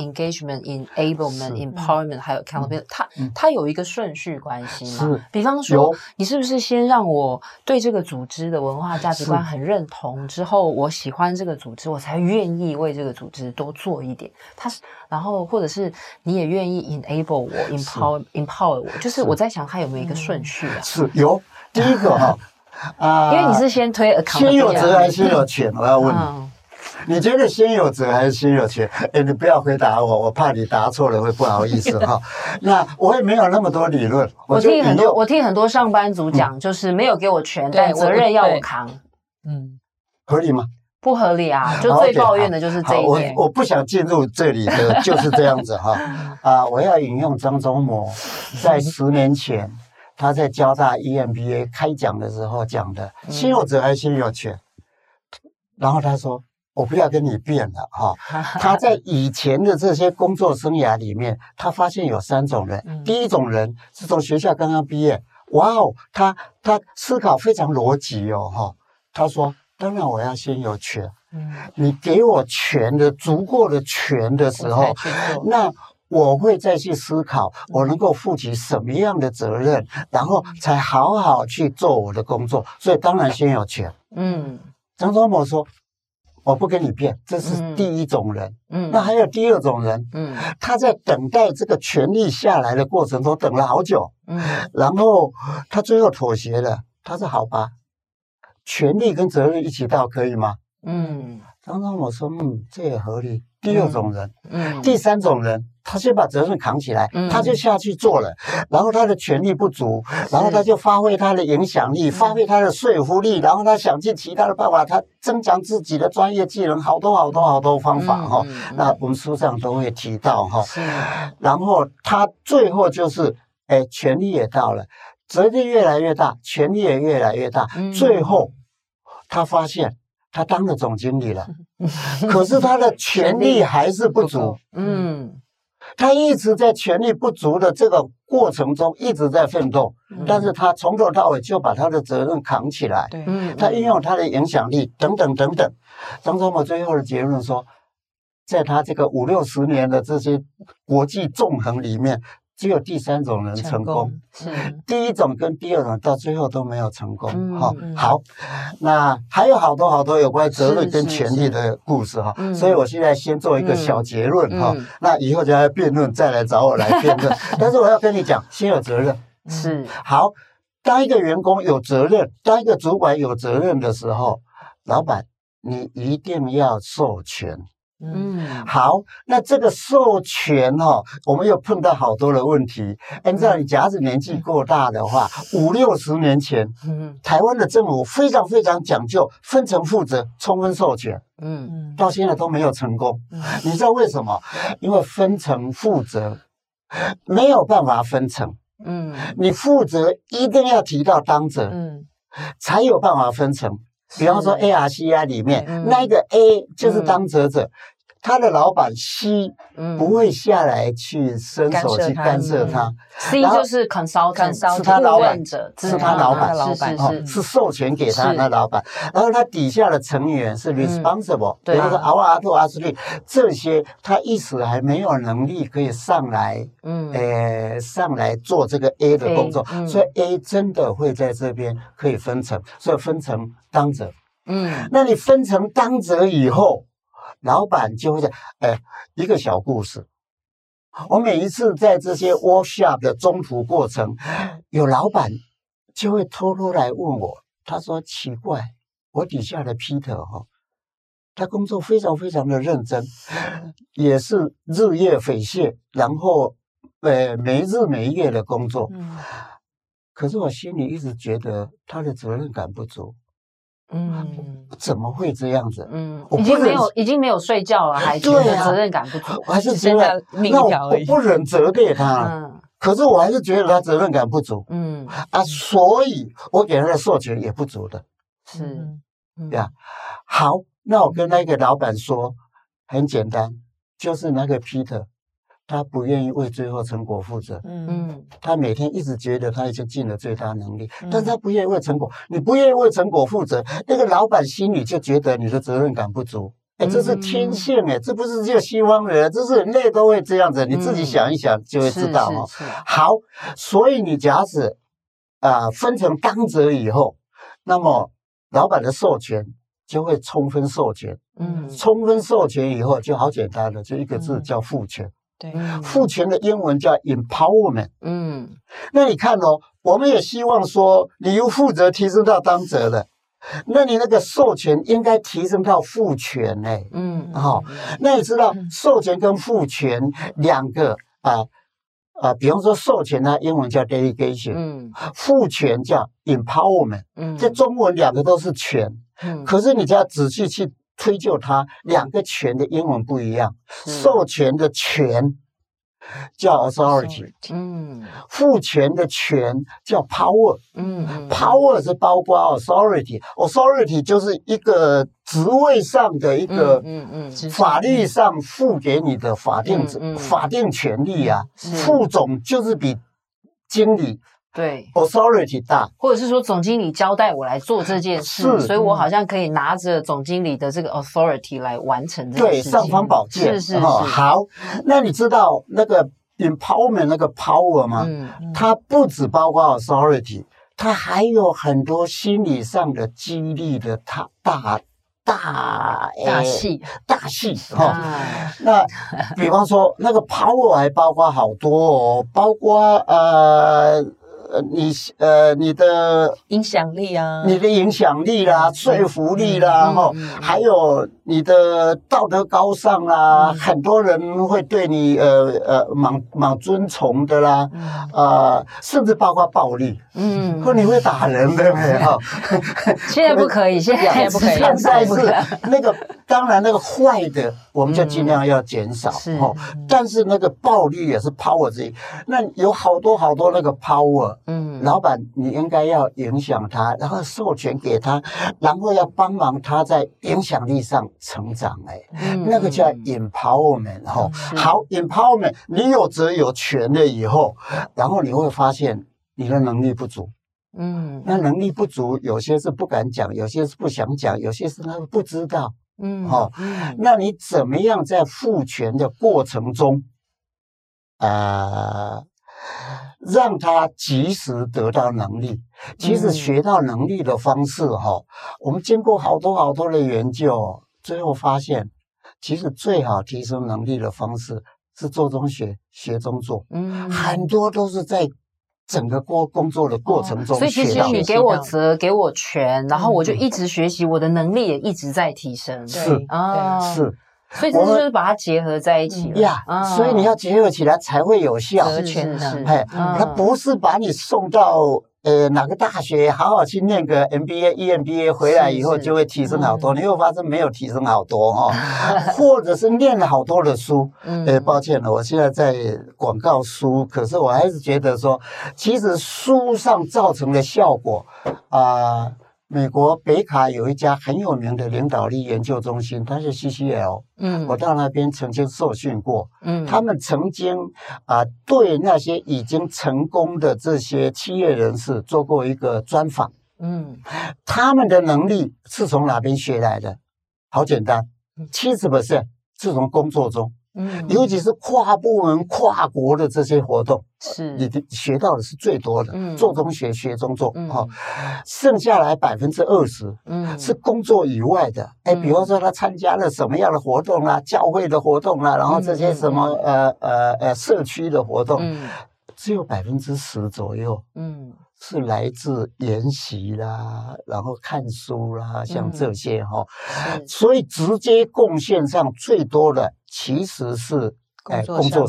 engagement、enablement、empowerment 还有 accountability，它有一个顺序关系嘛？比方说，你是不是先让我对这个组织的文化价值观很认同，之后我喜欢这个组织，我才愿意为这个组织多做一点。然后或者是你也愿意 enable 我 empower 我，就是我在想它有没有一个顺序啊？ 是有，第一个因为你是先推 accountability， 先有责还是先有权？我要问你，你觉得先有责还是先有权？你不要回答我，我怕你答错了会不好意思那我也没有那么多理论， 我听很多上班族讲，就是没有给我权，但责任要我扛。 合理吗？ 不合理啊！就最抱怨的就是这一点。 我不想进入这里的就是这样子我要引用张忠谋在10年前。他在交大 EMBA 开讲的时候讲的，先有责还是先有权？然后他说：“我不要跟你辩了他在以前的这些工作生涯里面，他发现有3种人。第一种人是从学校刚刚毕业，哇哦，他思考非常逻辑他说：“当然我要先有权，你给我权的足够的权的时候，那。”我会再去思考，我能够负起什么样的责任，然后才好好去做我的工作。所以当然先有权。张忠谋说：“我不跟你辩，这是第一种人。那还有第二种人，他在等待这个权力下来的过程中等了好久，然后他最后妥协了。他说：好吧，权力跟责任一起到，可以吗？张忠谋说：这也合理。第二种人，第三种人。”他先把责任扛起来，他就下去做了，然后他的权力不足，然后他就发挥他的影响力，发挥他的说服力，然后他想尽其他的办法，他增强自己的专业技能，好多方法那我们书上都会提到然后他最后就是权力也到了，责任越来越大，权力也越来越大，最后他发现他当了总经理了，可是他的权力还是不足，他一直在权力不足的这个过程中一直在奋斗，但是他从头到尾就把他的责任扛起来，他运用他的影响力等等。张忠谋最后的结论说，在他这个50、60年的这些国际纵横里面，只有第3种人成功，第一种跟第二种到最后都没有成功。好，那还有好多有关责任跟权力的故事所以我现在先做一个小结论那以后就要辩论，再来找我来辩论。但是我要跟你讲，先有责任是好。当一个员工有责任，当一个主管有责任的时候，老板你一定要授权。好，那这个授权我们又碰到好多的问题。按照你假使年纪过大的话，50、60年前，台湾的政府非常讲究分层负责、充分授权，到现在都没有成功。你知道为什么？因为分层负责没有办法分层，你负责一定要提到当责，才有办法分层。比方说 ARCI 里面，那个 A 就是当责者。他的老板 C 不会下来去伸手去干涉他 ，C 就是 consultant， 是他老板， 是他老板，是授权给他的老板。然后他底下的成员是 responsible， 比如说阿兔、阿斯利这些，他一时还没有能力可以上来做这个 A 的工作，所以 A 真的会在这边可以分成，所以分成当责。那你分成当责以后。老板就会讲，一个小故事。我每一次在这些 workshop 的中途过程，有老板就会偷偷来问我，他说奇怪，我底下的 Peter 他工作非常的认真，也是日夜匪懈，然后没日没夜的工作，可是我心里一直觉得他的责任感不足。 怎么会这样子？ 已经没有睡觉了，还觉得责任感不足， 我还是觉得那我不忍责备他，可是我还是觉得他责任感不足，所以我给他的授权也不足的，对啊。好，那我跟那个老板说，很简单，就是那个 Peter。他不愿意为最后成果负责，他每天一直觉得他已经尽了最大能力，但是他不愿意为成果，你不愿意为成果负责，那个老板心里就觉得你的责任感不足，这是天性这不是只有西方人，这是人类都会这样子，你自己想一想就会知道好，所以你假使分成当责以后，那么老板的授权就会充分授权，充分授权以后就好简单了，就一个字叫赋权。赋权的英文叫 empowerment。那你看我们也希望说，你由负责提升到当责了，那你那个授权应该提升到赋权那你知道授权跟赋权两个比方说授权呢，英文叫 delegation，赋权叫 empowerment，在中文两个都是权，可是你只要仔细去推究它，两个权的英文不一样。授权的权叫 authority，赋权的权叫 power，power 是包括 authority 就是一个职位上的一个法律上赋给你的法定权利副总就是比经理对 authority 大， 或者是说总经理交代我来做这件事，所以我好像可以拿着总经理的这个 authority 来完成这件事情。对， 尚方宝剑。是。好，那你知道那个 empowerment 那个 power 吗？它不只包括 authority， 它还有很多心理上的激励的大戏那比方说那个 power 还包括好多包括你的影响力你的影响力啦，说服力啦，还有你的道德高尚啦，很多人会对你蛮尊崇的啦，甚至包括暴力，或你会打人的现在不可以，现在不可以， 现在是那个当然那个坏的我们就尽量要减少但是那个暴力也是 power 之一，那有好多那个 power。老板你应该要影响他，然后授权给他，然后要帮忙他在影响力上成长那个叫 empowerment 好 empowerment 你有责有权了以后，然后你会发现你的能力不足，那能力不足有些是不敢讲，有些是不想讲，有些是他不知道那你怎么样在赋权的过程中让他及时得到能力。其实学到能力的方式我们经过好多的研究，最后发现其实最好提升能力的方式是做中学，学中做。很多都是在整个工作的过程中学到。所以其实你给我责给我权，然后我就一直学习，我的能力也一直在提升。 是。 所以这就是把它结合在一起了所以你要结合起来才会有效。它不是把你送到哪个大学好好去念个 MBA、EMBA 回来以后就会提升好多，你会发现没有提升好多或者是念了好多的书抱歉了，我现在在广告书，可是我还是觉得说其实书上造成的效果美国北卡有一家很有名的领导力研究中心，它是 CCL，我到那边曾经受训过，他们曾经对那些已经成功的这些企业人士做过一个专访，他们的能力是从哪边学来的？好简单，70% 是从工作中。尤其是跨部门、跨国的这些活动，是你学到的是最多的。做中学，学中做剩下来20%，是工作以外的。比方说他参加了什么样的活动啦，教会的活动啦，然后这些什么社区的活动，只有10%左右。是来自研习啦，然后看书啦，像这些所以直接贡献上最多的其实是工作上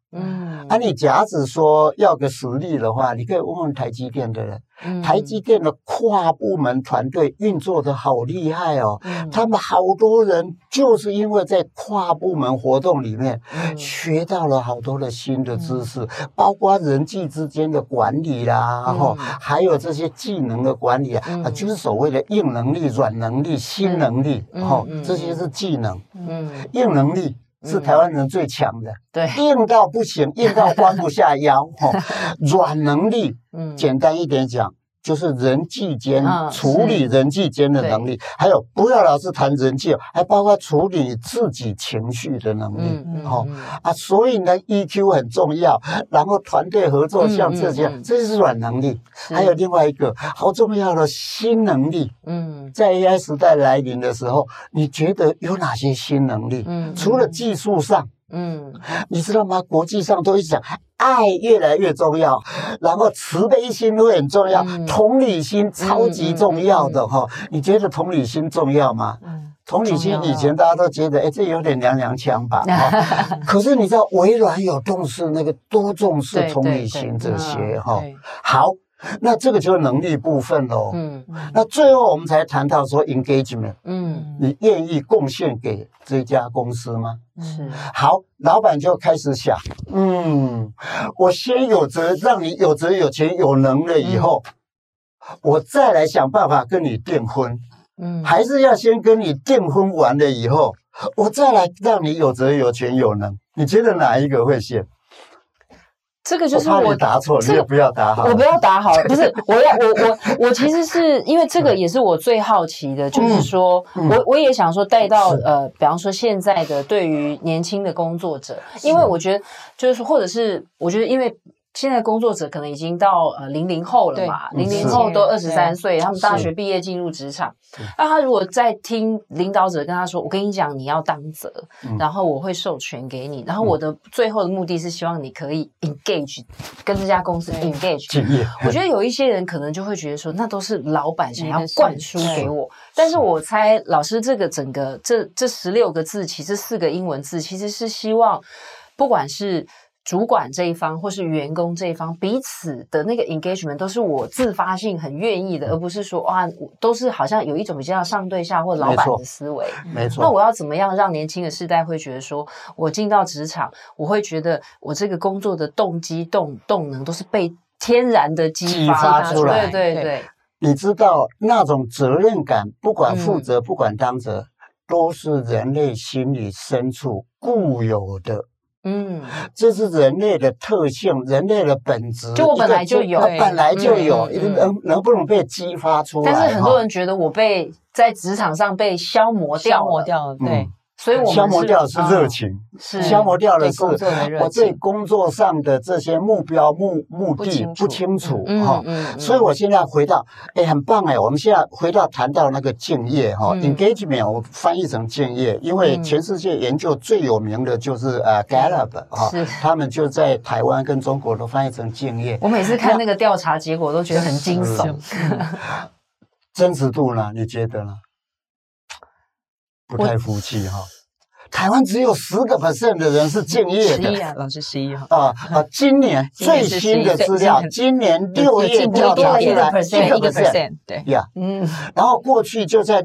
你假使说要个实力的话，你可以问问台积电的人，台积电的跨部门团队运作的好厉害哦，他们好多人就是因为在跨部门活动里面学到了好多的新的知识，包括人际之间的管理啦，还有这些技能的管理啊，就是所谓的硬能力、软能力、新能力，这些是技能，硬能力。是台湾人最强的， 对， 硬到不行，硬到弯不下腰。软能力，简单一点讲，就是人际间处理人际间的能力，还有不要老是谈人际，还包括处理自己情绪的能力。所以呢 ，EQ 很重要，然后团队合作像这些，这是软能力。还有另外一个好重要的新能力。在 AI 时代来临的时候，你觉得有哪些新能力？除了技术上，你知道吗？国际上都一直讲爱越来越重要，然后慈悲心会很重要，同理心超级重要的哈。你觉得同理心重要吗？同理心以前大家都觉得，这有点娘娘腔吧？可是你知道微软有重视那个多重视同理心这些哈。好。那这个就是能力部分咯。那最后我们才谈到说 engagement。你愿意贡献给这家公司吗？ 是。 好，老板就开始想，我先让你有责有钱有能了以后，我再来想办法跟你订婚。还是要先跟你订婚完了以后，我再来让你有责有权有能。你觉得哪一个会先？ 这个就是我答错，你也不要答好。 我不要答好，不是我其实是因为这个也是我最好奇的，就是说我也想说带到比方说现在的对于年轻的工作者，因为我觉得就是说，或者是我觉得因为。现在工作者可能已经到00后了嘛，00后都23岁，他们大学毕业进入职场。那他如果在听领导者跟他说：“我跟你讲，你要当责，然后我会授权给你，然后我的最后的目的是希望你可以 engage 跟这家公司 engage。”我觉得有一些人可能就会觉得说，那都是老板想要灌输给我。但是我猜老师这个整个这16个字，其实4个英文字，其实是希望不管是主管这一方或是员工这一方彼此的那个 engagement 都是我自发性很愿意的，而不是说哇都是好像有一种比较上对下或老板的思维。 没错。 那我要怎么样让年轻的世代会觉得说，我进到职场，我会觉得我这个工作的动机动能都是被天然的激发出来。 对。 你知道那种责任感，不管负责不管当责，都是人类心理深处固有的。这是人类的特性，人类的本质， 就我本来就有， 能不能被激发出来？ 但是很多人觉得我在职场上被消磨掉了，对。所以我们消磨掉的是热情，消磨掉的是我对工作上的这些目标目的不清楚哈。所以我现在回到，很棒我们现在回到谈到那个敬业哈 ，engagement 我翻译成敬业，因为全世界研究最有名的就是Gallup 哈，他们就在台湾跟中国都翻译成敬业。 我每次看那个调查结果都觉得很惊悚， 真实度呢？你觉得呢？不太服气哈，台湾只有10% 的人是敬业的 ，11啊，老师11哈今年最新的资料，今年6月调查出来1%，对呀，然后过去就在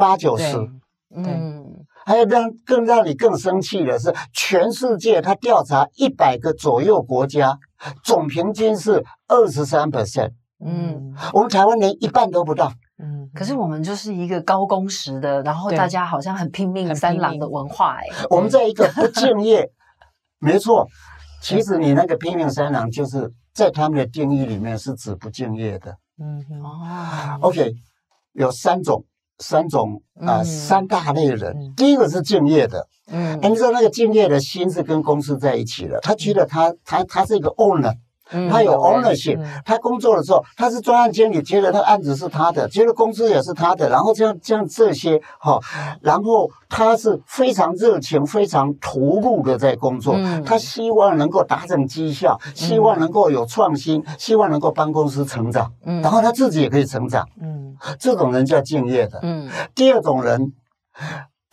6、7、8、9、10，还有更让你更生气的是，全世界他调查100个左右国家，总平均是23%，我们台湾连一半都不到。 可是我们就是一个高工时的，然后大家好像很拼命三郎的文化我们在一个不敬业，没错。其实你那个拼命三郎，就是在他们的定义里面是指不敬业的。OK， 有三种3大类人。第一个是敬业的，你知道那个敬业的心是跟公司在一起的，他觉得他是一个 owner。他有 ownership，他工作的时候，他是专案经理，觉得那个案子是他的，觉得公司也是他的，然后这样这些然后他是非常热情、非常投入的在工作，他希望能够达成绩效，希望能够有创新，希望能够帮公司成长，然后他自己也可以成长，这种人叫敬业的。第二种人，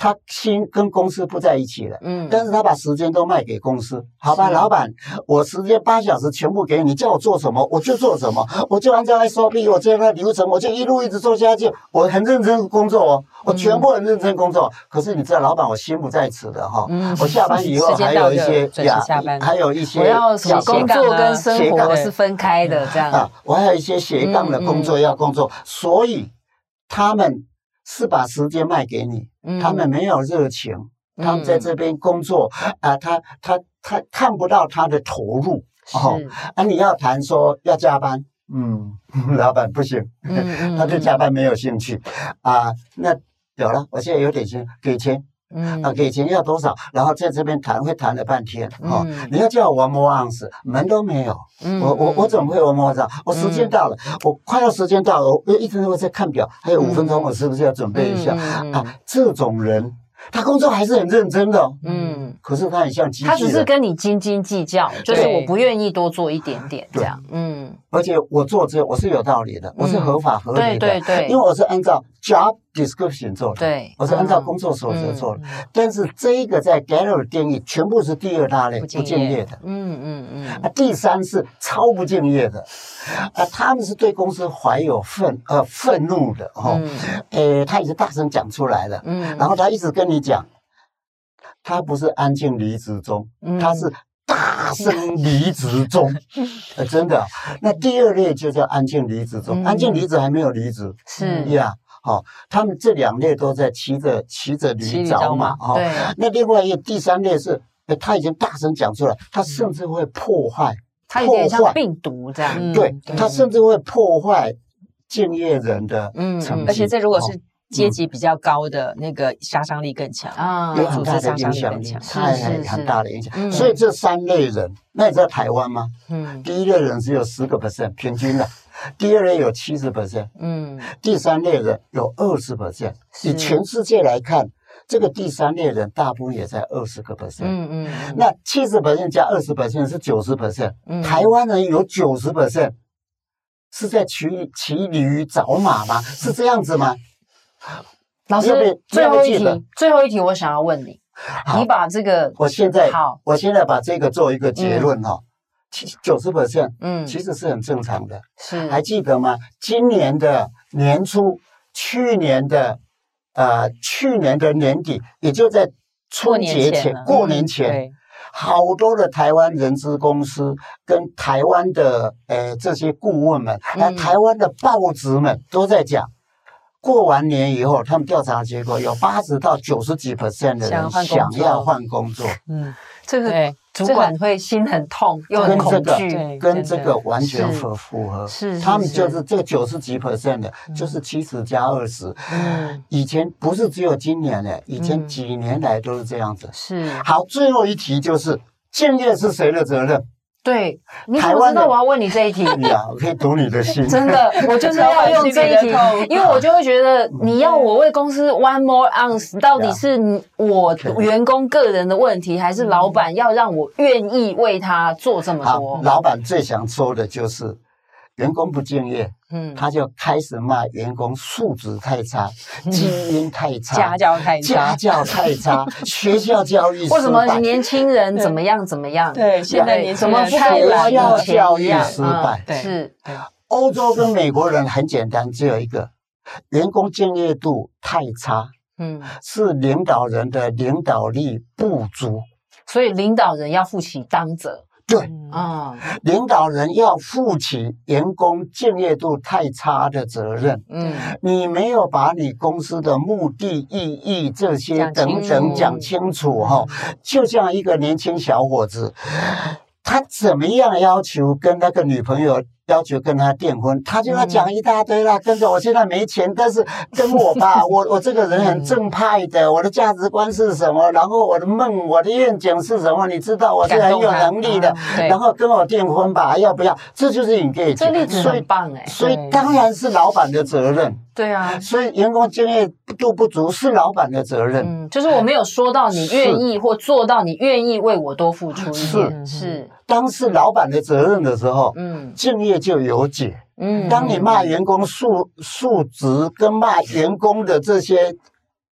他心跟公司不在一起了，但是他把时间都卖给公司，好吧，老板，我时间8小时全部给你，叫我做什么我就做什么，我就按照 SOP， 我这样的流程，我就一路一直做下去，我很认真工作哦，我全部很认真工作。可是你知道，老板我心不在此的哈，我下班以后还有一些还有一些我要什么工作跟生活是分开的这样我还有一些斜杠的工作要工作，所以他们是把时间卖给你，他们没有热情，他们在这边工作他看不到他的投入你要谈说要加班，老板不行，他对加班没有兴趣那有了，我现在有点钱，给钱。给钱要多少？然后在这边谈会谈了半天你要叫我 one more ounce， 门都没有。我怎么会 one more ounce？ 我时间到了，我快要时间到了，我一直都在看表，还有5分钟，我是不是要准备一下？这种人。他工作还是很认真的可是他很像机器人， 他只是跟你斤斤计较，就是我不愿意多做一点点这样， 而且我做这我是有道理的，我是合法合理的， 对， 因为我是按照 job description 做的， 对， 我是按照工作守则做的，但是这一个在 Gallup 定义全部是第2大类，不敬业的，第3是超不敬业的，他们是对公司怀有愤怒的他已经大声讲出来了，然后他一直跟你讲，他不是安静离职中，他是大声离职中真的那第2类就叫安静离职中，安静离职还没有离职， 是呀他们这2类都在骑着驴找马那另外一个第3类是他已经大声讲出来，他甚至会破坏， 他有点像病毒这样， 对，他甚至会破坏敬业人的成绩， 而且这如果是阶级比较高的那个杀伤力更强有很大的影响力，很大的影响。所以这3类人，那你知道台湾吗？第1类人只有10% 平均的，第2类有70%，第3类人有20%。以全世界来看，这个第3类人大部分也在20%。那70%加20%是90%。台湾人有90%是在骑驴找马吗？是这样子吗？ 老师，最后一题，我想要问你，你把这个， 我现在把这个做一个结论90%，其实是很正常的。 是， 还记得吗？今年的年初，去年的年底，也就在春节前、过年前，好多的台湾人资公司跟台湾的这些顾问们，台湾的报纸们都在讲。过完年以后，他们调查结果有80到90几% 的人想要换工作。 这个主管会心很痛，又很恐惧， 跟这个完全符合。是他们就是这个90几%的，就是70加20。以前不是只有今年的，以前几年来都是这样子。 是好，最后一题就是敬业是谁的责任？ 对，你怎么知道我要问你这一题？ 我可以读你的心。 真的，我就是要用这一题，因为我就会觉得你要我为公司 one more ounce， 到底是我员工个人的问题，还是老板要让我愿意为他做这么多？ 老板最想说的就是员工不敬业，他就开始骂员工素质太差、基因太差、 家教太差、学校教育失败。 为什么年轻人怎么样？ 对，现在年轻人学校教育失败。 是， 欧洲跟美国人很简单，只有一个，员工敬业度太差，是领导人的领导力不足， 所以领导人要负起当责。 对领导人要负起员工敬业度太差的责任。你没有把你公司的目的、意义这些等等讲清楚就像一个年轻小伙子，他怎么样要求跟那个女朋友要求跟他订婚，他就要讲一大堆啦，跟着我现在没钱，但是跟我吧，我这个人很正派的，我的价值观是什么，然后我的梦、我的愿景是什么，你知道我是很有能力的，然后跟我订婚吧，要不要？这就是 engage， 这例子很棒所以当然是老板的责任。 对啊， 所以员工敬业度不足是老板的责任。 就是我没有说到你愿意或做到你愿意为我多付出一点。是， 当是老板的责任的时候，敬业就有解。当你骂员工素质跟骂员工的这些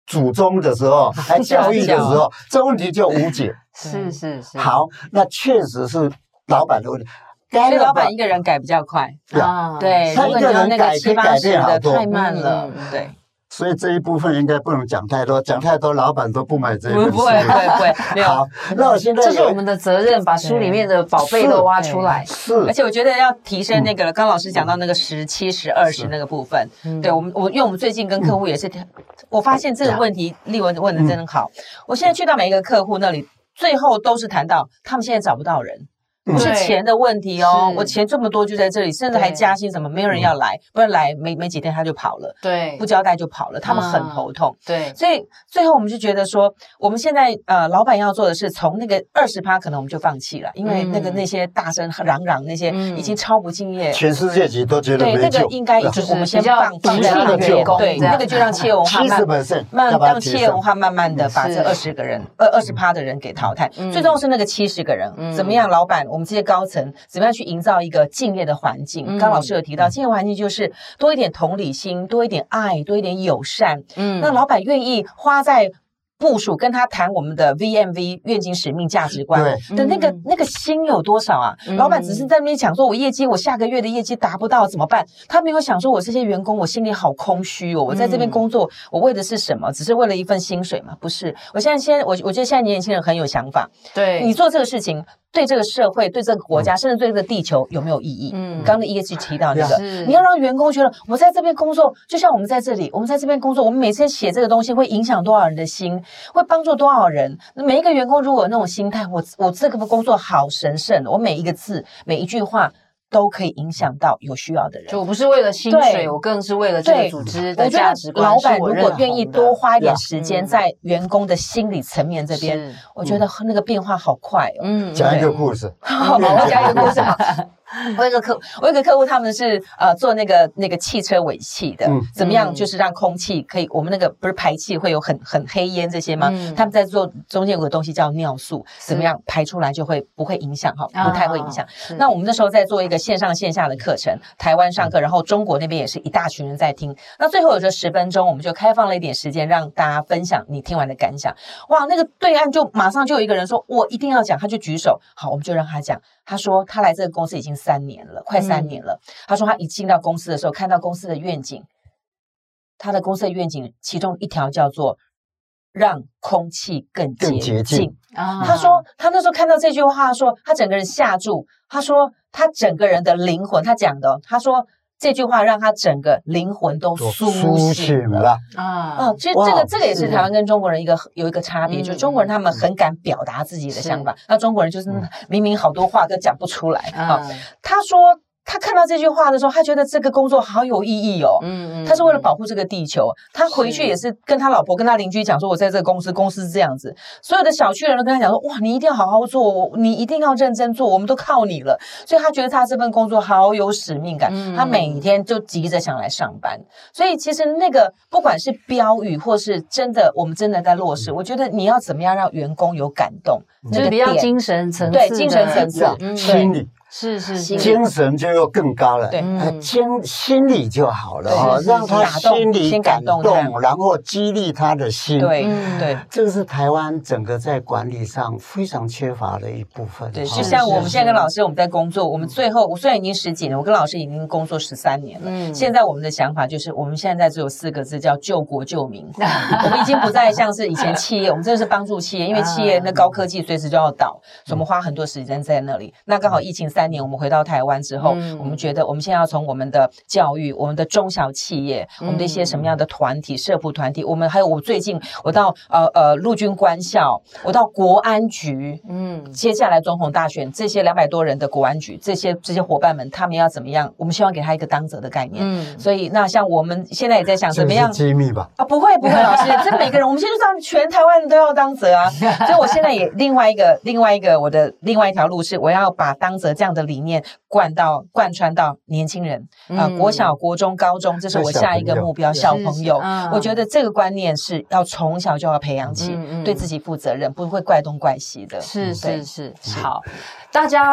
祖宗的时候，还教育的时候，这问题就无解。 是。 好，那确实是老板的问题。 所以老板一个人改比较快啊， 对， 他一个人改可以改变好多， 太慢了，对。 所以这一部分应该不能讲太多，讲太多老板都不买这一本书。 不会，没有。 好，那我现在这是我们的责任，把书里面的宝贝都挖出来。 是， 而且我觉得要提升那个刚老师讲到那个17、10、20那个部分，对因为我们最近跟客户也是，我发现这个问题，丽文问的真的好。我现在去到每一个客户那里，最后都是谈到他们现在找不到人。不是钱的问题哦，我钱这么多就在这里，甚至还加薪什么，没有人要来，不然来没几天他就跑了， 对， 不交代就跑了，他们很头痛， 对， 所以最后我们就觉得说，我们现在老板要做的是从那个20%可能我们就放弃了，因为那些大声嚷那些已经超不敬业， 全世界级都觉得没救， 对，那个应该就是我们先放在那边，对，那个就让企业文化让企业文化慢慢的把这20个人20%的人给淘汰，最重要是那个70个人，怎么样，老板。我们这些高层怎么样去营造一个敬业的环境？刚老师有提到，敬业环境就是多一点同理心，多一点爱，多一点友善。那老板愿意花在部署跟他谈我们的 VMV 愿景使命价值观的那个心有多少啊？老板只是在那边讲说，我下个月的业绩达不到怎么办？他没有想说我这些员工我心里好空虚哦，我在这边工作我为的是什么？只是为了一份薪水吗？不是，我觉得现在年轻人很有想法， 对， 你做这个事情。对这个社会、对这个国家，甚至对这个地球有没有意义？刚刚的 ESG 提到那个，你要让员工觉得我在这边工作，就像我们在这里，我们在这边工作，我们每次写这个东西会影响多少人的心，会帮助多少人。每一个员工如果有那种心态，我这个工作好神圣，我每一个字、每一句话。都可以影响到有需要的人。 就我不是为了薪水，我更是为了这个组织的价值观。 老板如果愿意多花一点时间在员工的心理层面这边，我觉得那个变化好快哦。 讲一个故事。 好，我讲一个故事。我有一个客户，他们是做那个汽车尾气的，怎么样就是让空气可以，我们那个不是排气会有很黑烟这些吗？他们在做中间有个东西叫尿素，怎么样排出来就会不会影响哈，不太会影响。那我们那时候在做一个线上线下的课程，台湾上课，然后中国那边也是一大群人在听。那最后有这10分钟，我们就开放了一点时间让大家分享你听完的感想。哇，那个对岸就马上就有一个人说，我一定要讲，他就举手，好，我们就让他讲。他说他来这个公司已经3年了，快3年了。他说他一进到公司的时候，看到公司的愿景，他的公司的愿景其中一条叫做让空气更洁净。他说他那时候看到这句话，他说他整个人吓住，他说他整个人的灵魂，他讲的，他说这句话让他整个灵魂都苏醒了啊！其实这个也是台湾跟中国人有一个差别，就中国人他们很敢表达自己的想法，那中国人就是明明好多话都讲不出来啊。他说他看到这句话的时候，他觉得这个工作好有意义哦。他是为了保护这个地球。他回去也是跟他老婆、跟他邻居讲说，我在这个公司是这样子。所有的小区人都跟他讲说，哇，你一定要好好做，你一定要认真做，我们都靠你了。所以他觉得他这份工作好有使命感，他每天就急着想来上班。所以其实那个不管是标语或是真的，我们真的在落实，我觉得你要怎么样让员工有感动， 就是比较精神层次， 对精神层次， 心理。 是精神就又更高了， 对， 心理就好了啊，让他心里感动，然后激励他的心， 对， 这个是台湾整个在管理上非常缺乏的一部分。 对，就像我们现在跟老师我们在工作，我们最后我虽然已经10几年，我跟老师已经工作13年了，现在我们的想法就是我们现在只有4个字叫救国救民，我们已经不再像是以前企业，我们真的是帮助企业，因为企业那高科技随时就要倒，所以我们花很多时间在那里。那刚好疫情3年，我们回到台湾之后，我们觉得我们现在要从我们的教育、我们的中小企业、我们的一些什么样的团体、社福团体，我们还有我最近我到陆军官校，我到国安局，接下来总统大选，这些200多人的国安局，这些伙伴们，他们要怎么样？我们希望给他一个当责的概念。所以那像我们现在也在想怎么样机密吧？ 不会，老师，这每个人，我们现在就让全台湾人都要当责啊。所以我现在也另外一个我的另外一条路是，我要把当责这样的理念贯穿到年轻人国小、国中、高中，这是我下一个目标。小朋友，我觉得这个观念是要从小就要培养起，对自己负责任，不会怪东怪西的。 是，好，大家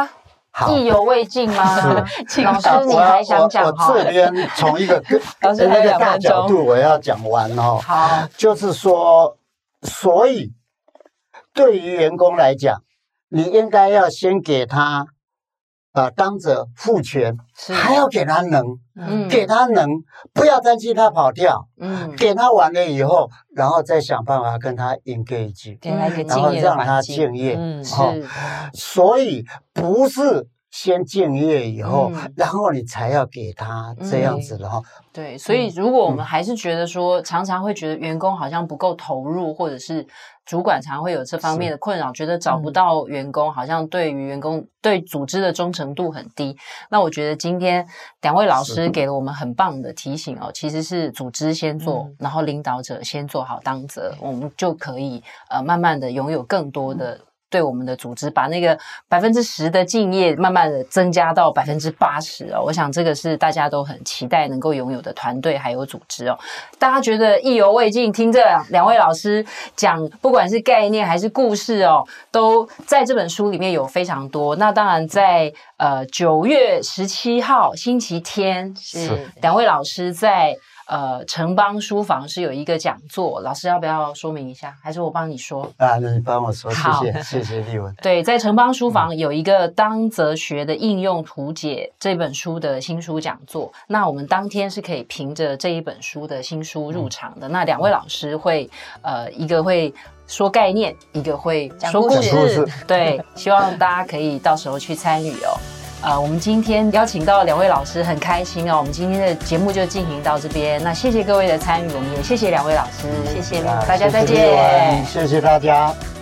意犹未尽吗？老师，你还想讲哈？ 我这边从一个老师那个大角度我要讲完哦。 好， 就是说，所以对于员工来讲，你应该要先给他当着赋权，还要给他能，给他能，不要担心他跑掉，给他完了以后，然后再想办法跟他 engage， 给他一个然后让他敬业，所以不是先敬业以后，然后你才要给他这样子的哈。 对，所以如果我们还是觉得说，常常会觉得员工好像不够投入，或者是主管常会有这方面的困扰，觉得找不到员工，好像对于员工对组织的忠诚度很低。那我觉得今天两位老师给了我们很棒的提醒哦，其实是组织先做，然后领导者先做好当责，我们就可以慢慢的拥有更多的。对我们的组织把那个10%的敬业慢慢的增加到80%哦，我想这个是大家都很期待能够拥有的团队还有组织哦。大家觉得意犹未尽，听这两位老师讲，不管是概念还是故事哦，都在这本书里面有非常多。那当然在9月17号星期天是两位老师在城邦书房是有一个讲座，老师要不要说明一下？还是我帮你说？ 那你帮我说，谢谢丽文。 对，在城邦书房有一个当责学的应用图解这本书的新书讲座，那我们当天是可以凭着这一本书的新书入场的。那两位老师会一个会说概念，一个会说故事，对，希望大家可以到时候去参与哦。我们今天邀请到两位老师，很开心哦。我们今天的节目就进行到这边，那谢谢各位的参与，我们也谢谢两位老师，谢谢大家，再见， 谢谢大家。